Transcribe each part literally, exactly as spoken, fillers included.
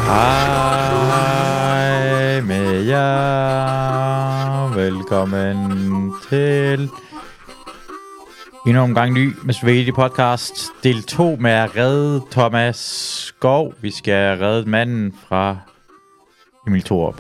Hej med jer. Velkommen til endnu en gang ny med Svedi podcast. Del to med at redde Thomas Skov. Vi skal redde manden fra Emil Thorup.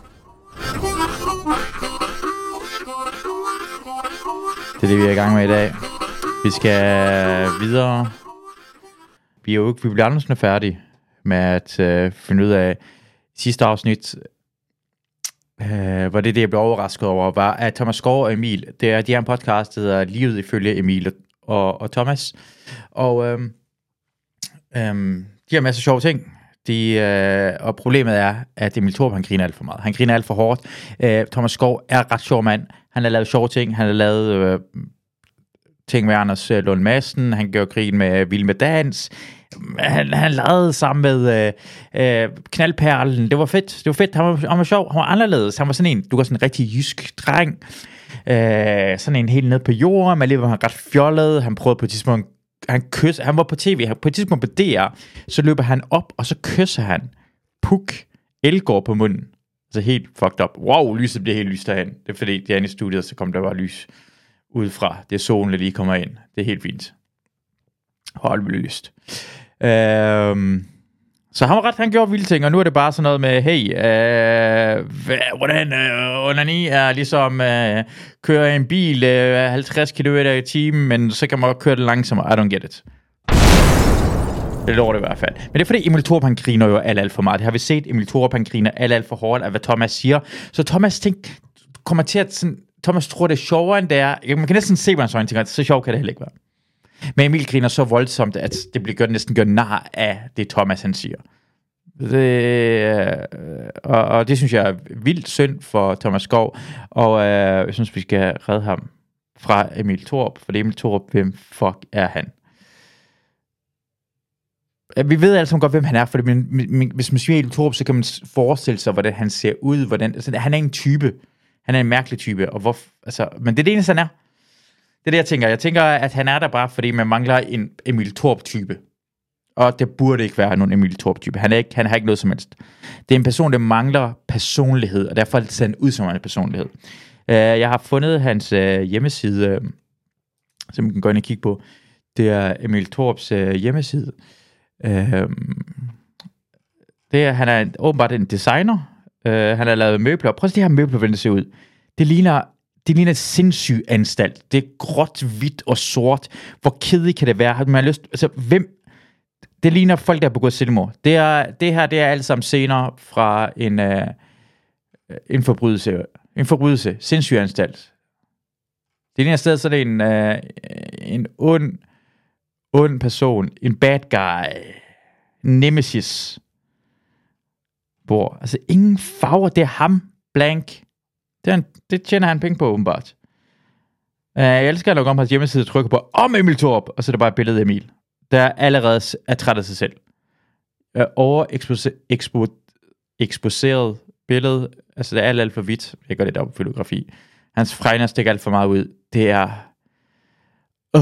Det er det, vi er i gang med i dag. Vi skal videre. Vi er jo ikke, vi bliver aldrig færdige med at øh, finde ud af sidste afsnit, øh, hvor det, det jeg blev overrasket over, var, at Thomas Skov og Emil, det er, de har en podcast, der hedder Livet ifølge Emil og, og Thomas, og øh, øh, de har masser af sjove ting, de, øh, og problemet er, at Emil Thorup, han griner alt for meget, han griner alt for hårdt. øh, Thomas Skov er ret sjov mand, han har lavet sjove ting, han har lavet øh, ting med Anders Lund Madsen, han gør grin med Vild med Dans, Han, han lavede sammen med øh, øh, Knaldperlen. Det var fedt. Det var fedt. Han var, han var sjov. Han var anderledes. Han var sådan en, du var sådan en rigtig jysk dreng. Øh, sådan en helt ned på jorden. Men lige var han ret fjollet. Han prøvede på et tidspunkt, han kysser. Han var på tv. På et tidspunkt på D R, så løber han op, og så kysser han Puk Elgård på munden. Altså helt fucked up. Wow, lyset bliver helt lyst derhen. Det er fordi, det er inde i studiet, så kom der bare lys udefra. Det er solen, der lige kommer ind. Det er helt fint. Hold med lyst. Øhm, så han var ret, han gjorde vilde ting, og nu er det bare sådan noget med, hey, øh, hvordan øh, onani er ligesom øh, køre en bil øh, halvtreds kilometer i timen, men så kan man køre det langsommere. I don't get it. Det er det i hvert fald. Men det er fordi Emil Thorup, han griner jo alt, alt for meget. Det har vi set. Emil Thorup, han griner alt, alt for hårdt af, hvad Thomas siger. Så Thomas tænker, kommer til at sådan, Thomas tror, det er sjovere end det er. Man kan næsten se, hvad han så tænker, så sjovt kan det heller ikke være. Men Emil griner så voldsomt, at det bliver gjort, næsten gjort nar af det, Thomas han siger. Det, og, og det synes jeg er vildt synd for Thomas Skov, og øh, jeg synes, vi skal redde ham fra Emil Thorup, for Emil Thorup, hvem fuck er han? Vi ved alle sammen godt, hvem han er, for men, men, hvis man siger Emil Thorup, så kan man forestille sig, hvordan han ser ud, hvordan, altså, han er en type, han er en mærkelig type, og hvor, altså, men det er det eneste, han er. Det er det, jeg tænker. Jeg tænker, at han er der bare, fordi man mangler en Emil Thorup-type. Og det burde ikke være nogen Emil Thorup-type. Han, er ikke, han har ikke noget som helst. Det er en person, der mangler personlighed, og derfor ser han ud som en personlighed. Uh, jeg har fundet hans uh, hjemmeside, uh, som man kan gå ind og kigge på. Det er Emil Thorups uh, hjemmeside. Uh, det er, han er en, åbenbart en designer. Uh, han har lavet møbler. Prøv at se det her møbler, hvordan det ser ud. Det ligner... Det ligner et sindssyg anstalt. Det er gråt, hvidt og sort. Hvor kedeligt kan det være? Har man lyst? Altså, hvem? Det ligner folk, der har begået selvmord. Det, er, det her, det er alle sammen scener fra en, uh, en forbrydelse. En forbrydelse. Sindssyg anstalt. Det ligner stadig sådan en, uh, en ond, ond person. En bad guy. En nemesis. Hvor, altså, ingen farver. Det er ham. Blank. Det, en, det tjener han penge på, åbenbart. Uh, jeg elsker at logge om hans hjemmeside og trykke på om Emil Thorup, og så er det bare et billede af Emil, der allerede er træt af sig selv. Uh, Overeksposeret billede, altså det er alt, alt for hvidt. Jeg gør det der på fotografi. Hans fregner stikker alt for meget ud. Det er... Uh,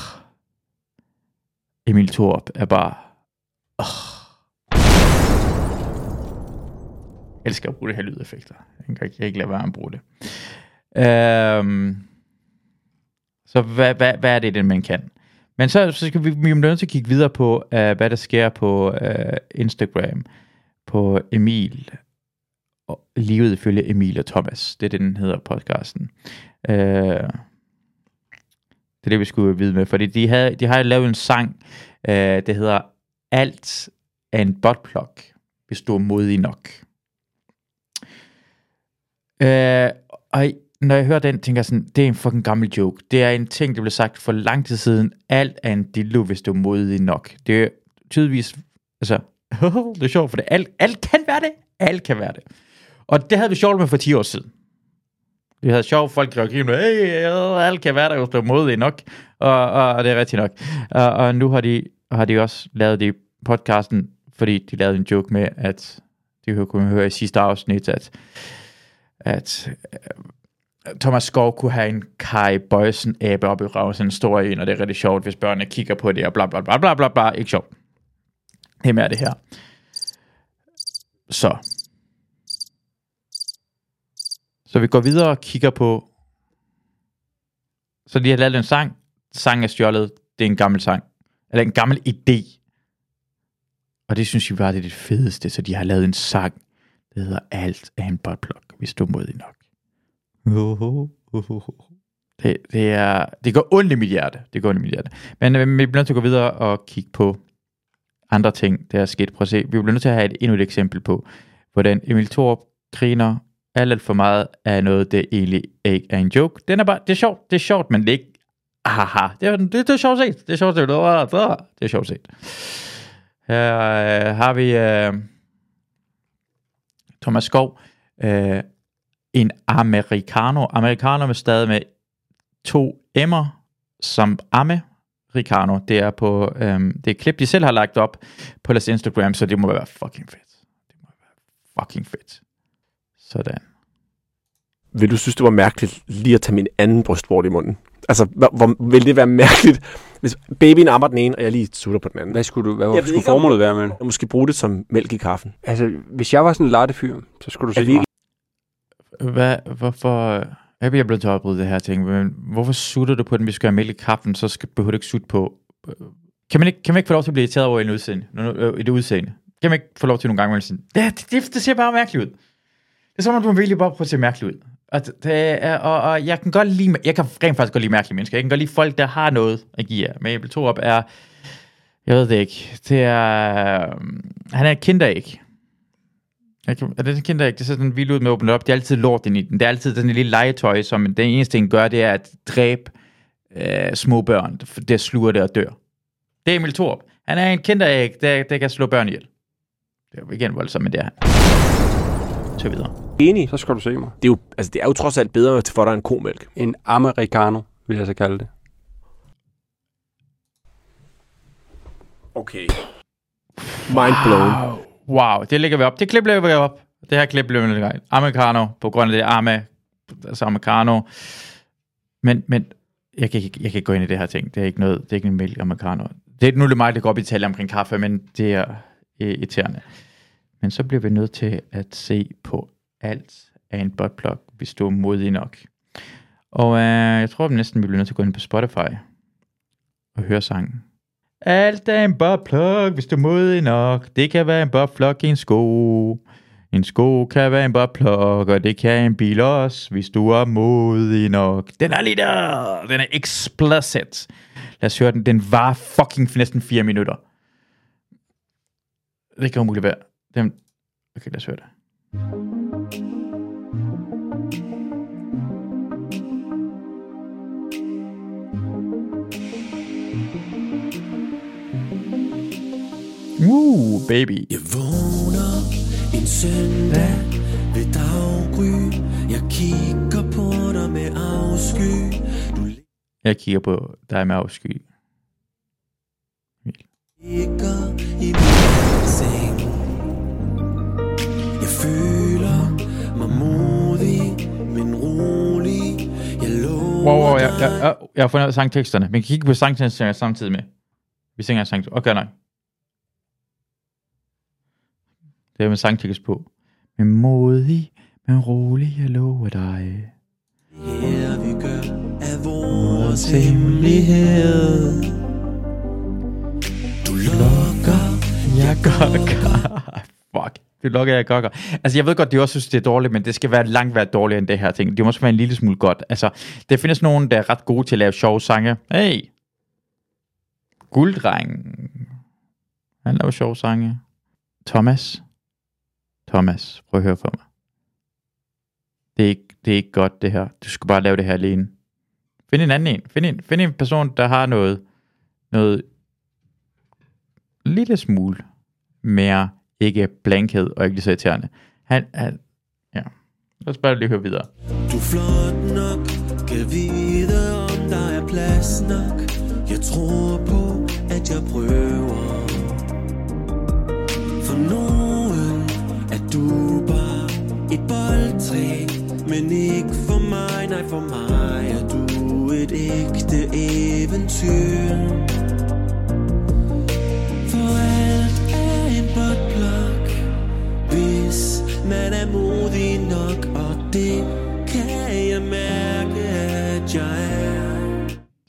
Emil Thorup er bare... Uh. Jeg elsker at bruge det her lydeffekter. Jeg kan ikke, ikke lade være at bruge det. Øhm, så hvad, hvad, hvad er det, den man kan? Men så, så skal vi, vi er nødt til at kigge videre på, uh, hvad der sker på uh, Instagram, på Emil, og Livet ifølge Emil og Thomas. Det er det, den hedder, podcasten. Uh, det er det, vi skulle vide med, fordi de, havde, de har lavet en sang, uh, der hedder Alt er en buttplug, hvis du er modig nok. Øh, og når jeg hører den, tænker jeg sådan, det er en fucking gammel joke. Det er en ting, der blev sagt for lang tid siden. Alt er en dildo, hvis du er modig nok. Det er tydeligvis, altså, det er sjovt, for det alt, alt kan være det. Alt kan være det. Og det havde vi sjovt med for ti år siden. Vi havde sjovt, folk griner med, hey, alt kan være der, hvis du er modig nok. Og, og, og det er rigtigt nok. Og, og nu har de, har de også lavet det i podcasten, fordi de lavede en joke med, at de kunne høre i sidste afsnit, at at uh, Thomas Skov kunne have en Kai Boysen abe op i røven, sådan en stor en, og det er rigtig sjovt, hvis børnene kigger på det, og bla bla bla bla bla bla, ikke sjovt. Hvem er det her? Så. Så vi går videre og kigger på... Så de har lavet en sang. Sangen er stjålet. Det er en gammel sang. Eller en gammel idé. Og det synes vi bare, det er det fedeste. Så de har lavet en sang, der hedder Alt er en buttplug, hvis du er modig nok. Det, det, er, det går ondt i mit hjerte. Det går ondt i mit hjerte. Men øh, vi bliver nødt til at gå videre og kigge på andre ting, der er sket. Prøv at se. Vi bliver nødt til at have et, endnu et eksempel på, hvordan Emil Thorup griner alt, alt for meget af noget, det egentlig ikke er en joke. Den er bare, det er sjovt, det er sjovt, men det er ikke, aha, det er, det, det er sjovt set. Det er sjovt set. Det er sjovt set. Her øh, har vi øh, Thomas Skov, øh, en americano, americano med stadig med to M'er som americano. Det er på øh, det er et klip, de selv har lagt op på deres Instagram, så det må være fucking fedt. Det må være fucking fedt. Sådan. Vil du synes, det var mærkeligt lige at tage min anden brystvorte i munden? Altså, hvor, hvor vil det være mærkeligt, hvis babyen ammer den ene, og jeg lige sutter på den anden? Hvad skulle, du, hvad var, skulle formålet være med? Jeg måske bruge det som mælk i kaffen. Altså, hvis jeg var sådan en lattefyr, så skulle du sige ikke... Hvad, hvorfor... Jeg bliver blevet til at opbryde det her ting, men hvorfor sutter du på den, hvis du skal have mælk i kaffen, så skal, behøver du ikke sutte på... Kan man ikke, kan man ikke få lov til at blive irriteret over en udseende, et udseende? Kan man ikke få lov til nogle gange, at sige, det, det, det ser bare mærkeligt ud. Det er som om, du virkelig bare prøve at se mærkeligt ud. Og, det er, og, og jeg kan godt lide, jeg kan rent faktisk godt lide mærkelige mennesker. Jeg kan godt lide folk, der har noget at give jer. Men Emil Thorup er, jeg ved det ikke, det er, han er et kinderæg. Er det et kinderæg? Det ser sådan vildt ud med at åbne op. Det er altid lort ind i den. Det er altid sådan en lille legetøj, som den eneste ting gør, det er at dræbe øh, små børn. Det sluger det og dør. Det er Emil Thorup. Han er en kinderæg, der, der kan slå børn ihjel. Det er jo igen voldsomt, men det er han. Så videre. Enig, så skal du se mig. Det er jo, altså, det er jo trods alt bedre for dig end komælk. En americano, vil jeg så kalde det. Okay. Mind blown. Wow. Wow, det lægger vi op. Det klip lægger vi op. Det her klip bliver vi lægger americano, på grund af det arme, altså americano. Men, men jeg kan, ikke, jeg kan ikke gå ind i det her ting. Det er ikke noget, det er ikke en mælk americano. Det er nu det mig, der går op i tale omkring kaffe, men det er irriterende. Men så bliver vi nødt til at se på alt af en buttplug, hvis du er modig nok. Og øh, jeg tror næsten, vi bliver nødt til at gå ind på Spotify og høre sangen. Alt er en buttplug, hvis du er modig nok. Det kan være en buttplug i en sko. En sko kan være en buttplug, og det kan en bil også, hvis du er modig nok. Den er lige der. Den er explicit. Lad os høre den. Den var fucking næsten fire minutter. Det kan umuligt være. Den... Okay, lad os høre det. Uh, baby. Jeg vågner en søndag ved daggry. Jeg kigger på dig med afsky. Du Jeg kigger på dig med afsky. ligger i min seng. Jeg føler mig modig, men rolig. Jeg lover Wow, wow, jeg, jeg, jeg, jeg har fundet sangteksterne. Men kan kigge på sangteksterne samtidig med. Vi synger sang. Okay, nej. Det er med sangtekst på. Men modig, men rolig, jeg lover dig. her vi gør af vores hemmelighed. Du lokker, jeg gokker. Fuck. Det lokker jeg gokker. Altså, jeg ved godt, de også synes, det er dårligt, men det skal være langt være dårligere end det her ting. Det må også være en lille smule godt. Altså, der findes nogen, der er ret gode til at lave sjove sange. Hey! Gulddrengen. Han laver sjove sange. Thomas. Thomas, prøv at høre for mig. Det er ikke, det er ikke godt, det her. Du skal bare lave det her alene. Find en anden en. Find en, find en person, der har noget, noget lille smule mere ikke blankhed og ikke lige så irriterende. Han, han, ja. Lad os bare lige høre videre. du er flot nok, kan vide om der er plads nok. Jeg tror på, at jeg prøver. For nogen er du bare et boldtræ, men ikke for mig, nej for mig er du et ægte eventyr. For alt er en buttplug, hvis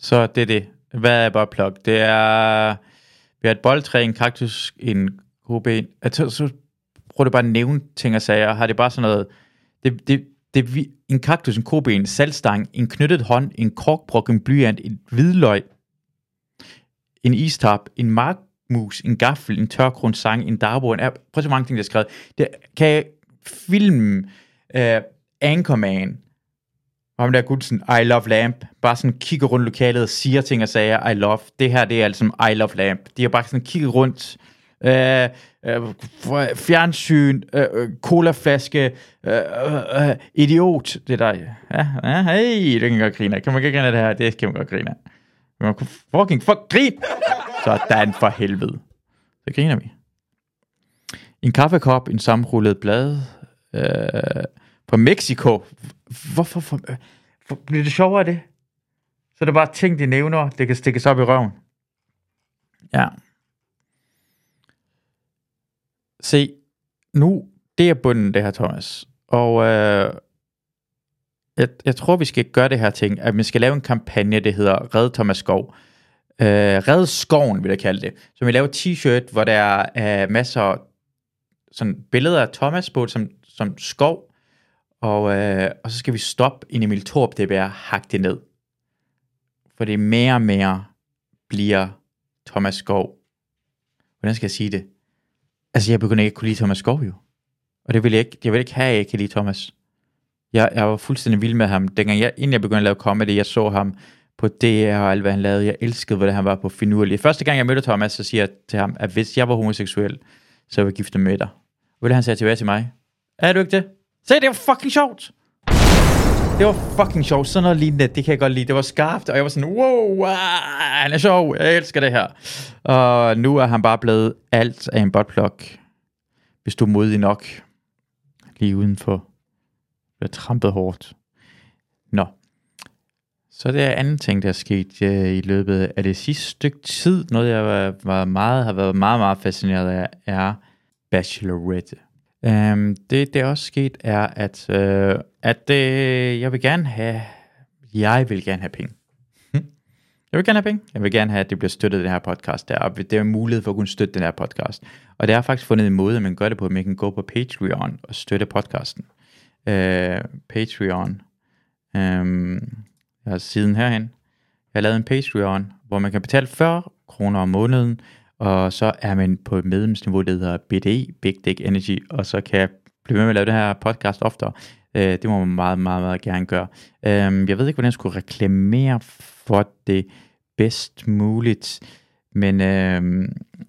Så det er det. Hvad er buttplug? Det er... Vi har et boldtræ, en kaktus, en koben. Så, så prøv det bare at nævne ting og sager. Har det bare sådan noget... Det, det, det, en kaktus, en koben, en salgstang, en knyttet hånd, en korkbrok, en blyant, en hvidløg, en istap, en markmus, en gaffel, en tørgrundsang, en darbo, en app. Prøv så mange ting, der er skrevet. Det kan jeg filme uh, Anchorman, og ham der Gudsen, I love lamp, bare sådan kigger rundt lokalet og siger ting og sager, I love. Det her, det er altså I love lamp. De har bare sådan kigget rundt, uh, uh, fjernsyn, uh, colaflaske, uh, uh, idiot. Det der, ja, ja, hey, det kan godt grine. Kan man ikke grine af det her? Det kan man godt grine af. Man kan fucking fuck grin. Sådan for helvede. Så griner vi. En kaffekop, en sammenrullet blad. Øh, fra Mexico. Hvorfor for, for, bliver det sjovere af det? Så er det bare ting, de nævner, det kan stikkes op i røven. Ja. Se, nu, det er bunden, det her, Thomas. Og øh, jeg, jeg tror, vi skal gøre det her ting, at vi skal lave en kampagne, det hedder Red Thomas Skov. Øh, Red Skoven, vil jeg kalde det. Så vi laver et t-shirt, hvor der er uh, masser sådan billeder af Thomas på, som, som skov, og, øh, og så skal vi stoppe en Emil Thorup, det er hakke det ned. For det mere og mere bliver Thomas Skov. Hvordan skal jeg sige det? Altså, jeg begynder ikke at kunne lide Thomas Skov, jo. Og det vil jeg ikke, jeg vil ikke have, at jeg kan lide Thomas. Jeg, jeg var fuldstændig vild med ham. Dengang jeg, inden jeg begyndte at lave comedy, jeg så ham på D R og alt, hvad han lavede. Jeg elskede, hvordan han var på finurlig. Første gang, jeg mødte Thomas, så siger jeg til ham, at hvis jeg var homoseksuel, så ville jeg gifte med dig. Og det han sagde tilbage til mig. Er du ikke det? Se, det var fucking sjovt. Det var fucking sjovt. Sådan noget lignende, det kan jeg godt lide. Det var skarpt, og jeg var sådan, wow, ah, han er sjov. Jeg elsker det her. Og nu er han bare blevet alt af en buttplug. Hvis du er modig nok. Lige udenfor. Det er trampet hårdt. Nå. Så det er anden ting, der er sket uh, i løbet af det sidste stykke tid. Noget, jeg var, var meget, har været meget, meget fascineret af, er Bachelorette. Um, det, det er også sket, er, at, uh, at uh, jeg vil gerne have, jeg vil gerne have penge. Hm? Jeg vil gerne have penge. Jeg vil gerne have, at det bliver støttet, den her podcast der. Og det er en mulighed for at kunne støtte den her podcast. Og det er faktisk fundet en måde, at man gør det på, at man kan gå på Patreon og støtte podcasten. Uh, Patreon. Um, jeg har siden herhen. Jeg har lavet en Patreon, hvor man kan betale fyrre kroner om måneden, og så er man på et medlemsniveau, der hedder B D E, Big Dick Energy, og så kan jeg blive med med at lave det her podcast oftere. Uh, det må man meget, meget, meget gerne gøre. Uh, jeg ved ikke, hvordan jeg skulle reklamere for det bedst muligt, men uh,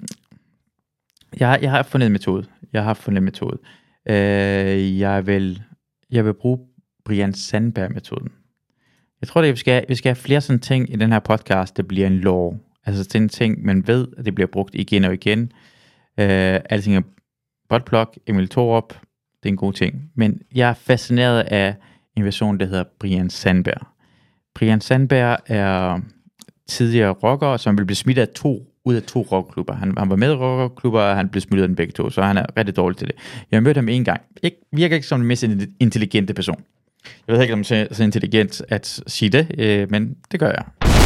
jeg, jeg har fundet en metode. Jeg har fundet en metode. Uh, jeg, vil, jeg vil bruge Brian Sandberg-metoden. Jeg tror, det vi skal, vi skal have flere sådan ting i den her podcast, der bliver en lov. Altså sådan en ting, man ved, at det bliver brugt igen og igen. Uh, alting er buttplug, Emil Thorup, det er en god ting. Men jeg er fascineret af en version, der hedder Brian Sandberg. Brian Sandberg er tidligere rocker, som vil blive smidt af to ud af to rockklubber. Han, han var med i rockklubber, og han blev smidt af den begge to, så han er rigtig dårlig til det. Jeg har mødt ham en gang. Jeg virker ikke som den mest intelligente person. Jeg ved ikke, om det er så intelligent at sige det, øh, men det gør jeg.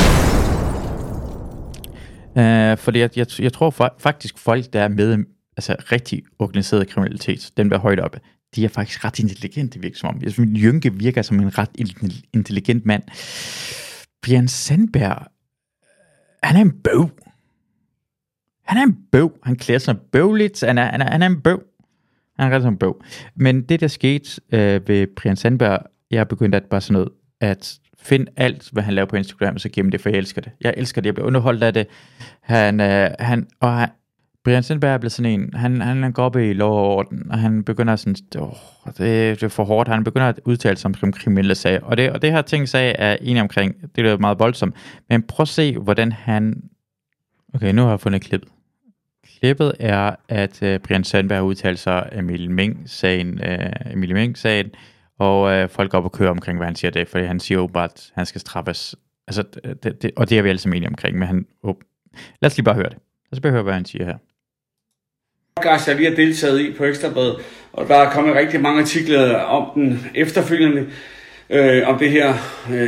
Øh, fordi jeg, jeg, jeg tror for, faktisk, folk, der er med altså rigtig organiseret kriminalitet, dem der er højt oppe, de er faktisk ret intelligente, virker som om. Jeg synes, Jynke virker som en ret intelligent mand. Brian Sandberg, han er en bøv. Han er en bøv. Han klæder sig bøvligt. Han er, han er, han er en bøv. Han er ret som en bøv. Men det, der skete øh, ved Brian Sandberg, jeg har begyndt at bare sådan noget, at finde alt, hvad han laver på Instagram, og så gemme det, for jeg elsker det. Jeg elsker det. Jeg bliver underholdt af det. Han, øh, han, og han, Brian Sandberg er blevet sådan en, han, han går op i lov og orden, og han begynder sådan, åh, det, det er for hårdt. Han begynder at udtale sig om kriminelle sager. Og det, og det her ting sag er enig omkring, det er meget voldsomt. Men prøv at se, hvordan han... Okay, nu har jeg fundet klippet. Klippet er, at uh, Brian Sandberg har udtalt sig Emil Meng-sagen, uh, Emil Meng-sagen, og uh, folk går op og kører omkring, hvad han siger det, fordi han siger jo bare, at han skal straffes. Altså, det, det, og det er vi alle sammen enige omkring, men han... Oh. Lad os lige bare høre det. Lad os bare høre, hvad han siger her. Podcast, jeg lige har deltaget i på Ekstrabladet, og der er kommet rigtig mange artikler om den efterfølgende, øh, om det her øh,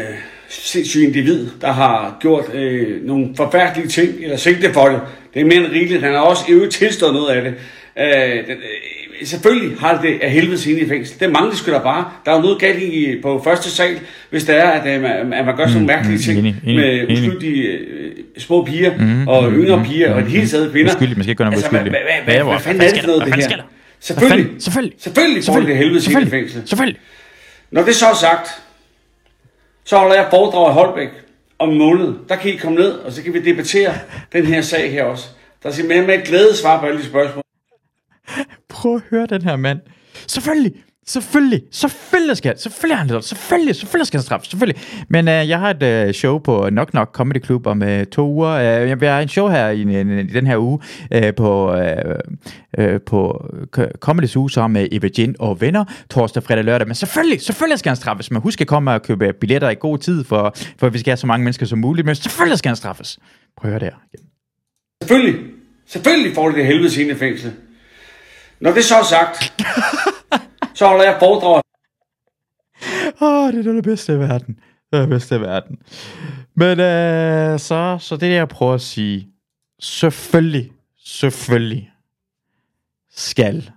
sindssyg individ, der har gjort øh, nogle forfærdelige ting, eller sigtet for det. Det er mere end rigeligt. Han har også øvet tilstået noget af det. Øh, den, øh, selvfølgelig har det af helvedes inde i fængsel. Det er mange, der skylder bare. Der er jo noget galt i, på første sal, hvis det er, at, øh, at man gør sådan mm, mærkelige ting mm, enig, med uskyldige øh, små piger mm, og yngre piger, mm, og det hele taget kvinder. Uskyldig, man skal ikke gøre noget altså, uskyldigt. Hvad, hvad, hvad, hvad fanden er det for noget, det her? Selvfølgelig, selvfølgelig, selvfølgelig får det helvedes inde i fængsel. Selvfølgelig. Når det så er sagt, så holder jeg foredrag i Holbæk om en måned. Der kan I komme ned, og så kan vi debattere den her sag her også. Der er simpelthen med et glæde svar på alle de spørgsmål. Prøv at høre den her mand. Selvfølgelig, selvfølgelig, selvfølgelig skal, selvfølgelig han det, selvfølgelig, selvfølgelig skal han straffes, selvfølgelig. Men uh, jeg har et uh, show på Knock Knock Comedy Club om uh, to uger. Uh, jeg har en show her i, i, i den her uge uh, på uh, uh, på Comedy's uge sammen med Eva Jin og venner torsdag, fredag, lørdag. Men selvfølgelig, selvfølgelig skal han straffes. Men husk at komme og købe billetter i god tid for for vi skal have så mange mennesker som muligt. Men selvfølgelig skal han straffes. Prøv at høre det her. Igen. Selvfølgelig, selvfølgelig får det det helvedes inde i fængsel. Når det så er sagt, så holder jeg foredrag. Åh, oh, det er det bedste i verden. Det er det bedste i verden. Men øh, så, så det jeg prøver at sige, selvfølgelig, selvfølgelig skal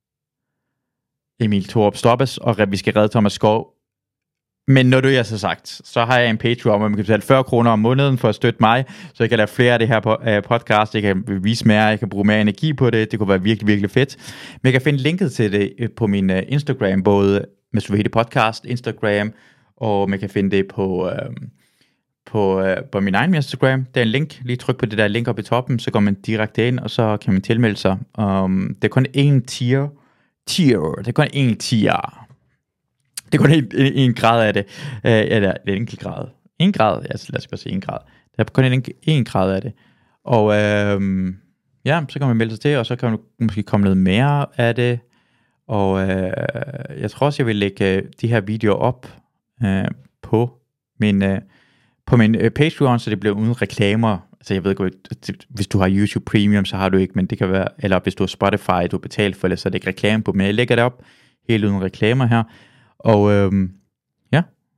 Emil Thorup stoppes, og vi skal redde Thomas Skov. Men når du er så sagt, så har jeg en Patreon, hvor man kan betale fyrre kroner om måneden for at støtte mig, så jeg kan lave flere af det her podcast, jeg kan vise mere, jeg kan bruge mere energi på det, det kunne være virkelig, virkelig fedt. Men jeg kan finde linket til det på min Instagram, både med Suvahedi Podcast, Instagram, og man kan finde det på, øh, på, øh, på min egen Instagram. Der er en link, lige tryk på det der link oppe i toppen, så går man direkte ind, og så kan man tilmelde sig. Um, det er kun én tier, tier, det er kun én tier. Det er kun en, en, en grad af det. Uh, ja, det er en enkelt grad. En grad, ja, lad os bare sige en grad. Det er kun en, en grad af det. Og uh, ja, så kan man melde sig til, og så kan man måske komme noget mere af det. Og uh, jeg tror også, jeg vil lægge uh, de her videoer op uh, på min, uh, på min uh, Patreon, så det bliver uden reklamer. Altså jeg ved ikke, hvis du har YouTube Premium, så har du ikke, men det kan være, eller hvis du har Spotify, du har betalt for det, så er det ikke reklame på, men jeg lægger det op helt uden reklamer her. Og øhm, ja,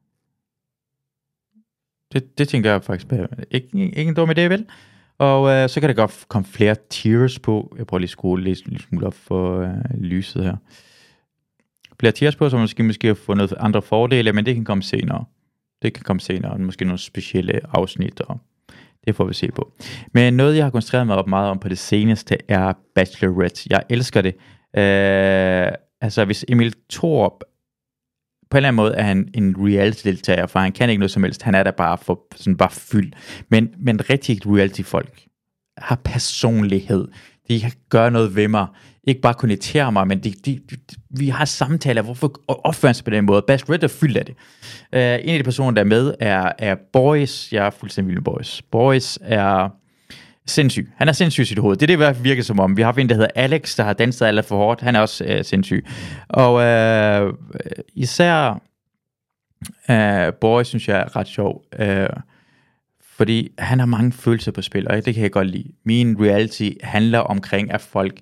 det, det tænker jeg faktisk ikke, ikke en dum idé, vel? Og øh, så kan der godt komme flere tiers på. Jeg prøver lige at skrue lidt, lidt smule op for øh, lyset her. Flere tiers på, så måske måske få noget andre fordele, men det kan komme senere. Det kan komme senere, måske nogle specielle afsnit, og det får vi se på. Men noget, jeg har koncentreret mig op meget om på det seneste, er Bachelorette. Jeg elsker det. Øh, altså, hvis Emil Thorup på en eller anden måde er han en reality-deltager, for han kan ikke noget som helst. Han er der bare for sådan bare fyld. Men, men rigtig reality-folk har personlighed. De gør noget ved mig. Ikke bare connectere mig, men de, de, de, vi har samtaler. Hvorfor opfører sig på den måde? Bachelorette er fyldt af det. Uh, en af de personer, der er med, er, er Boris. Jeg er fuldstændig vild med Boris. Boris er sindssyg. Han er sindssyg i sit hoved. Det er det, det virker som om. Vi har en, der hedder Alex, der har danset alt for hårdt. Han er også øh, sindssyg. Og øh, især øh, Boris, synes jeg er ret sjov. Øh, fordi han har mange følelser på spil, og det kan jeg godt lide. Min reality handler omkring, at folk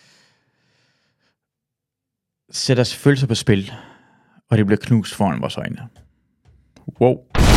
sætter følelser på spil, og det bliver knust foran vores øjne. Wow.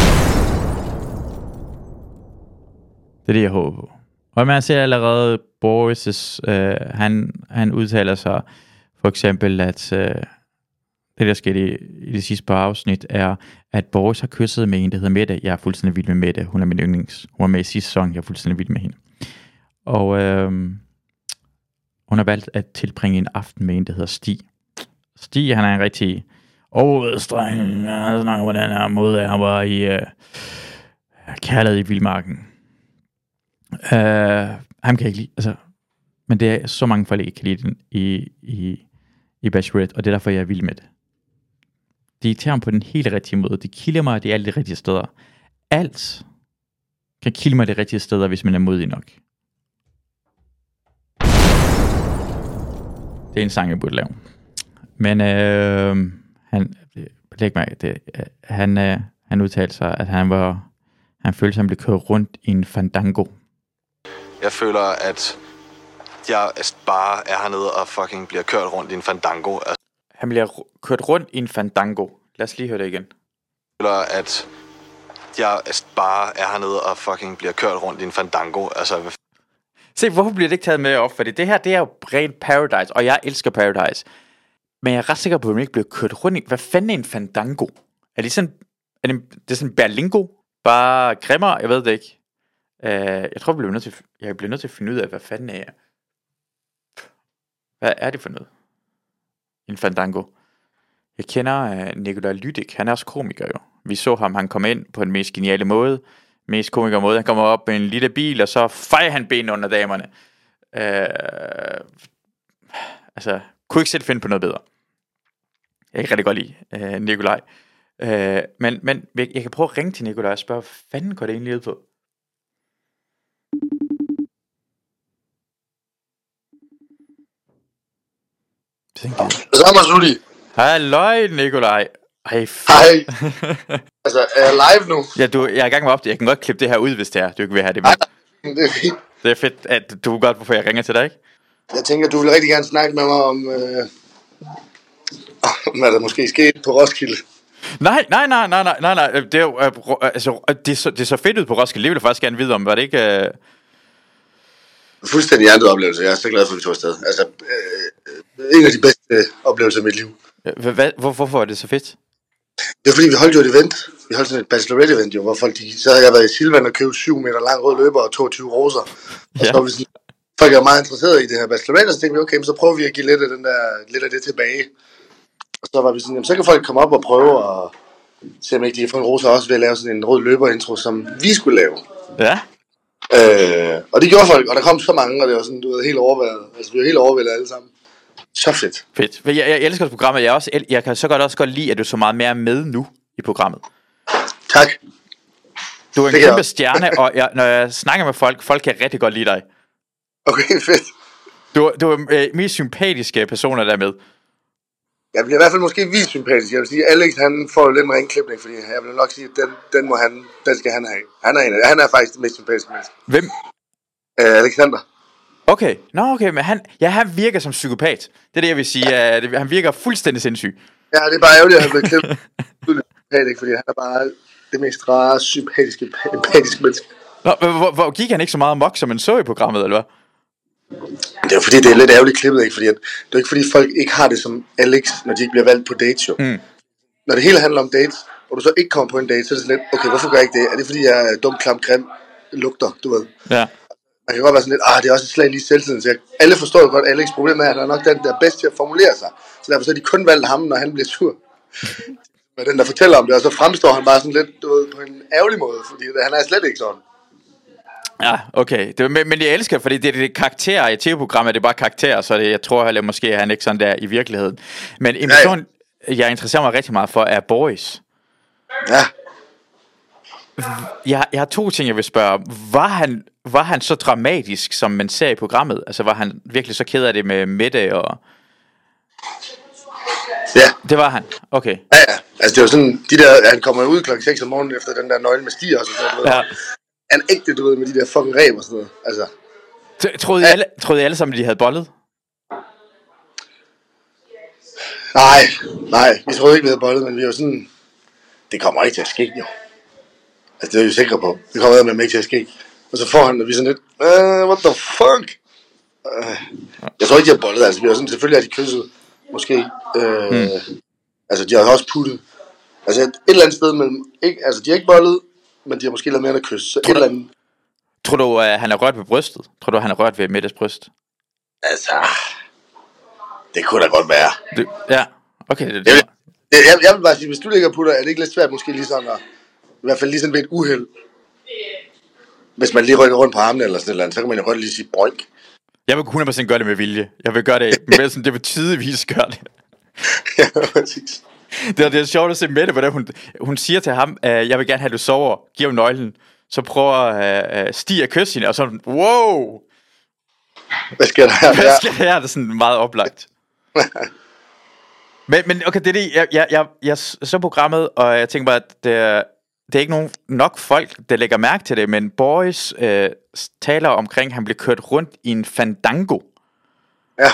Det er det, jeg håber på. Og man ser allerede Boris' øh, han, han udtaler sig for eksempel, at øh, det der skete i, i det sidste par afsnit, er, at Boris har kysset med en, der hedder Mette. Jeg er fuldstændig vild med Mette. Hun er min yndlings. Hun var med i sidste sæson. Jeg er fuldstændig vild med hende. Og øh, hun har valgt at tilbringe en aften med en, der hedder Stig. Stig, han er en rigtig overstreng. Jeg snakker, hvordan han måde, han var i øh, kærlighed i vildmarken. Uh, han kan ikke lide, altså, men det er så mange folk, ikke kan lide den i, i, i Bachelorette, og det er derfor, jeg er vild med det. De tager ham på den helt rigtige måde. De kilder mig, det er alle de rigtige steder. Alt kan kilde mig de rigtige steder, hvis man er modig nok. Det er en sang, jeg burde lave. Men øh, han, læg mig, det, han, øh, han udtalte sig, at han var, han følte, at han blev kørt rundt i en fandango. Jeg føler, at jeg bare er hernede og fucking bliver kørt rundt i en fandango. Altså, han bliver kørt rundt i en fandango. Lad os lige høre det igen. Jeg føler, at jeg bare er hernede og fucking bliver kørt rundt i en fandango. Altså, hvad Se, hvorfor bliver det ikke taget med op? Fordi det her, det er jo rent Paradise, og jeg elsker Paradise. Men jeg er ret sikker på, at man ikke bliver kørt rundt i. Hvad fanden er en fandango? Er det sådan, er det, det er sådan Berlingo? Bare grimmere? Jeg ved det ikke. Uh, jeg tror, jeg bliver nødt til, jeg bliver nødt til at finde ud af, hvad fanden er. Hvad er det for noget? En fandango. Jeg kender uh, Nikolaj Lydik. Han er også komiker jo. Vi så ham, han kom ind på en mest geniale måde. Mest komiker måde. Han kommer op med en lille bil, og så fejer han ben under damerne. Uh, altså, kunne ikke selv finde på noget bedre. Jeg kan rigtig godt lide uh, Nikolaj. Uh, men, men jeg, jeg kan prøve at ringe til Nikolaj og spørge, hvad fanden går det egentlig ud på? Så Masudi. Halløj, Nikolaj. Hej. Hej. Altså, er jeg live nu? Ja, du, jeg er i gang med op det. Jeg kan godt klippe det her ud, hvis det er. Du ikke vil have det med. Nej, det er fint. Det er fedt, at du ved godt, hvorfor jeg ringer til dig, ikke? Jeg tænker, du vil rigtig gerne snakke med mig om, øh, om hvad der måske skete på Roskilde. Nej, nej, nej, nej, nej, nej, nej. Det er jo, øh, altså, det, så, det så fedt ud på Roskilde. Det vil jeg faktisk gerne vide om. Var det ikke... Øh... Fuldstændig andet oplevelse. Jeg er så glad for, at vi tog afsted. Altså, øh, en af de bedste oplevelser i mit liv. Hvad, hvor, hvorfor er det så fedt? Det er fordi, vi holdt jo et event. Vi holdt sådan et bachelorette-event, jo, hvor folk, de, så havde jeg været i Silvan og købt syv meter lang rød løber og toogtyve roser. Og ja. Så var vi sådan, folk er meget interesserede i det her bachelorette, og så tænkte vi, okay, så prøver vi at give lidt af, den der, lidt af det tilbage. Og så var vi sådan, jamen, så kan folk komme op og prøve og se, om ikke de kan få en roser også ved at lave sådan en rød løber-intro, som vi skulle lave. Ja. Øh, og det gjorde folk, og der kom så mange, og det var sådan, du ved, helt overvældet. Altså, vi var helt overvældet alle sammen. Så fedt. Fedt. Jeg, jeg elsker også programmet. Jeg, også, jeg kan så godt også godt lide, at du er så meget mere med nu i programmet. Tak. Du er en kæmpe stjerne, og jeg, når jeg snakker med folk, folk kan rigtig godt lide dig. Okay, fedt. Du, du er øh, mest sympatiske personer der med. Jeg bliver i hvert fald måske vist sympatisk. Jeg vil sige, Alex, han får jo lidt en ringklipning, fordi jeg vil nok sige, at den, den, må han, den skal han have. Han er, en af, han er faktisk det mest sympatiske menneske. Hvem? Uh, Alexander. Okay, nå okay, men han, ja, han virker som psykopat. Det er det, jeg vil sige. At han virker fuldstændig sindssyg. Ja, det er bare ærgerligt, at han bliver klippet. Fordi han er bare det mest rare, sympatiske, empatiske menneske. Nå, hvor, hvor gik han ikke så meget mok, som man så i programmet, eller hvad? Det er jo fordi, det er lidt ærgerligt klippet, ikke? Fordi at, det er ikke fordi, folk ikke har det som Alex, når de ikke bliver valgt på dates, jo. Mm. Når det hele handler om dates, og du så ikke kommer på en date, så er det sådan lidt, okay, hvorfor gør jeg ikke det? Er det fordi, jeg er dum, klam, grim, lugter, du ved? Ja. Man kan godt være sådan lidt, ah, det er også et slag lige selvtiden. Så jeg, alle forstår jo godt, Alex' problem er, at han er nok den, der er bedst til at formulere sig. Så derfor så er de kun valgt ham, når han bliver sur. Men den, der fortæller om det, og så fremstår han bare sådan lidt, du ved, på en ærgerlig måde, fordi han er slet ikke sådan. Ja, okay. Det, men, men jeg elsker, fordi det er det karakterer i T V-programmet, det er bare karakterer, så det, jeg tror heller måske, at han ikke sådan der i virkeligheden. Men en person, ja, ja. jeg interesserer mig rigtig meget for, er Boris. Ja. Jeg, jeg har to ting, jeg vil spørge. Var han, var han så dramatisk, som man ser i programmet? Altså, var han virkelig så ked af det med Mette og... Ja. Det var han, okay. Ja, ja. Altså, det var sådan, de der, han kommer ud klokken seks om morgenen efter den der nøgle med stiger og sådan noget. Ja. Han ægte, du ved, med de der fucking ræb og sådan noget. Altså. Troede I, ja. alle, troede I alle sammen, de havde bollet? Nej, nej. Vi troede ikke, vi havde bollet, men vi var sådan... Det kommer ikke til at ske, jo. Altså, det er vi sikre på. Det kommer med ikke til at ske. Og så får han, og vi sådan lidt... Uh, what the fuck? Uh, jeg tror ikke, de har bollet. Altså, vi var sådan... Selvfølgelig har de kysset. Måske. Uh, hmm. Altså, de har også puttet. Altså, et eller andet sted mellem... Ikke, altså, de har ikke bollet, men de har måske lavet mere end at kysse. Så et eller andet... Tror du, at han er rørt ved brystet? Tror du, han er rørt ved Mettes bryst? Altså... Det kunne da godt være. Du, ja, okay. Det, det. Jeg, jeg, jeg, jeg vil bare sige, hvis du ligger og putter, er det ikke lidt svært måske lige sådan at... I hvert fald lige sådan ved et uheld. Hvis man lige rykker rundt på armene eller sådan et eller andet, så kan man jo godt lige sige boink. Jeg vil hundrede procent gøre det med vilje. Jeg vil gøre det med sådan, det vil tydeligvis gøre det. Ja, præcis. Det er, det er sjovt at se Mette, hvordan hun, hun siger til ham, uh, jeg vil gerne have, at du sover. Giv ham nøglen. Så prøver uh, Stig at kysse hende, og så wow. Hvad sker der her? Hvad sker der her? Det er sådan meget oplagt. men, men okay, det er det, jeg, jeg, jeg, jeg så programmet, og jeg tænker bare, at det er, det er ikke nogen nok folk, der lægger mærke til det, men Boris øh, taler omkring, at han bliver kørt rundt i en fandango. Ja.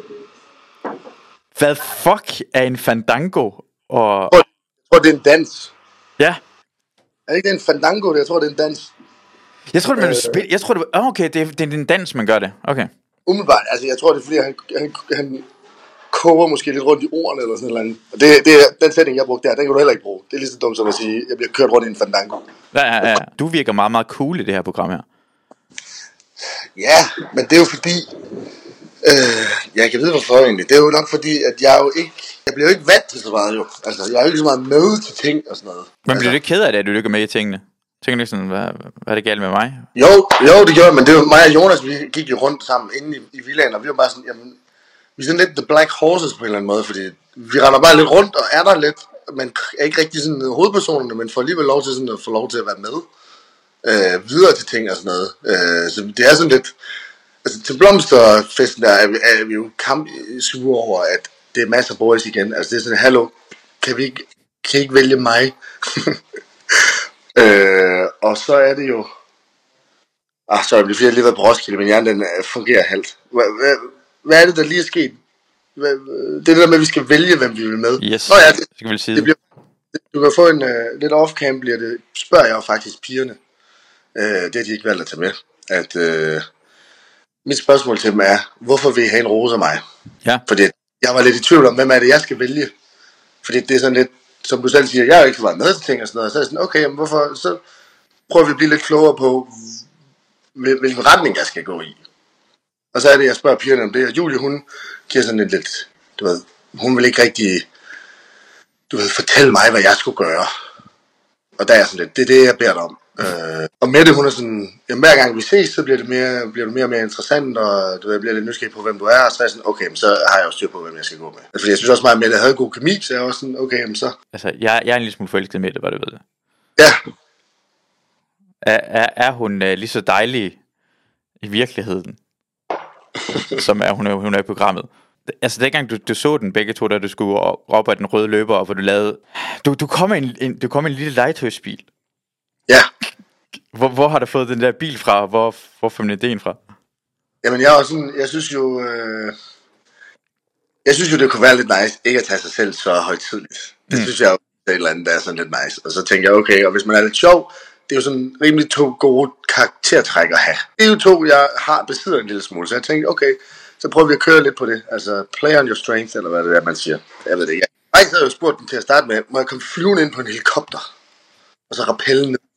Hvad fuck er en fandango? Og... Jeg tror, det er en dans. Ja. Er det ikke en fandango? Jeg tror, det er en dans. Jeg tror, det er Øh. spil. Jeg tror, det var... Okay, det er, det er en dans, man gør det. Okay. Umiddelbart, altså jeg tror, det er fordi, han, han, han koger måske lidt rundt i ordene eller sådan noget. Og det, det er den sætning, jeg brugte der, den kan du heller ikke bruge. Det er lige så dumt som at sige, jeg bliver kørt rundt i en fandango. Ja, ja, ja. Du virker meget, meget cool i det her program her. Ja, men det er jo fordi, øh, jeg kan vide hvorfor egentlig. Det er jo nok fordi, at jeg jo ikke, jeg bliver jo ikke vant til så meget jo. Altså, jeg er jo ikke så meget med til ting og sådan noget. Men altså, bliver du ikke ked af det, at du ikke er med i tingene? Tænker du ikke sådan, hvad, hvad er det galt med mig? Jo, jo, det gjorde men det var mig og Jonas, vi gik jo rundt sammen inde i, i villaen, og vi var bare sådan, jamen, vi er sådan lidt the black horses på en eller anden måde, fordi vi render bare lidt rundt og er der lidt, men er ikke rigtig sådan hovedpersonerne, men får alligevel lov til sådan at få lov til at være med øh, videre til ting og sådan noget. Øh, så det er sådan lidt, altså til blomsterfesten der er vi, er vi jo kamp sure over, at det er masser af boys igen. Altså det er sådan, hallo, kan vi ikke, kan I ikke vælge mig? øh, og så er det jo, ah sorry, det er fordi jeg lige har været på Roskilde, men hjernen den fungerer halvt. Hvad, hvad, hvad er det, der lige er sket? Hvad, det er det der med, at vi skal vælge, hvem vi vil med. Yes, Nå ja, det, skal vi sige det bliver, du kan få en uh, lidt off-cam, bliver det, spørger jeg jo faktisk pigerne. Uh, det har de ikke valgt at tage med. At uh, mit spørgsmål til dem er, hvorfor vil I have en rose af mig? Ja. Fordi jeg var lidt i tvivl om, hvem er det, jeg skal vælge. Fordi det er sådan lidt, som du selv siger, jeg har ikke så meget med til ting og sådan noget. Så er jeg sådan, okay, jamen hvorfor, så prøver vi at blive lidt klogere på, hvilken retning jeg skal gå i. Og så er det, jeg spørger pigerne om det, og Julie, hun giver sådan lidt, lidt, du ved, hun vil ikke rigtig, du ved, fortælle mig, hvad jeg skulle gøre. Og der er sådan lidt, det er det, jeg beder dig om. Øh, og Mette, hun er sådan, jamen hver gang vi ses, så bliver det mere, bliver det mere og mere interessant, og du ved, jeg bliver lidt nysgerrig på, hvem du er, og så er jeg sådan, okay, men så har jeg jo styr på, hvem jeg skal gå med. Altså, fordi jeg synes også meget, at Mette havde god kemi, så jeg er også sådan, okay, jamen så. Altså, jeg, jeg er en lille smule forelsket med det, hvad du ved. Ja. Er, er, er hun uh, lige så dejlig i virkeligheden, som er hun, er, hun er i programmet? Altså, dengang du, du så den begge to, da du skulle op ad den røde løber, og hvor du lavede... Du, du kom i en, en, du kom i en lille legetøjsbil. Ja. Hvor, hvor har du fået den der bil fra? Hvor, hvor får man ideen fra? Jamen, jeg er også sådan, jeg synes jo... Øh, jeg synes jo, det kunne være lidt nice, ikke at tage sig selv så højtidligt. Det mm. synes jeg jo, det er et eller andet, der er sådan lidt nice. Og så tænker jeg, okay, og hvis man er lidt sjov, det er jo sådan rimelig to gode karaktertræk at have. Det er jo to, jeg har besidder en lille smule, så jeg tænkte, okay, så prøver vi at køre lidt på det. Altså, play on your strength, eller hvad det er, man siger. Jeg ved det ikke. Jeg havde jo spurgt dem til at starte med, må jeg komme flyvende ind på en helikopter? Og så rappelle ned.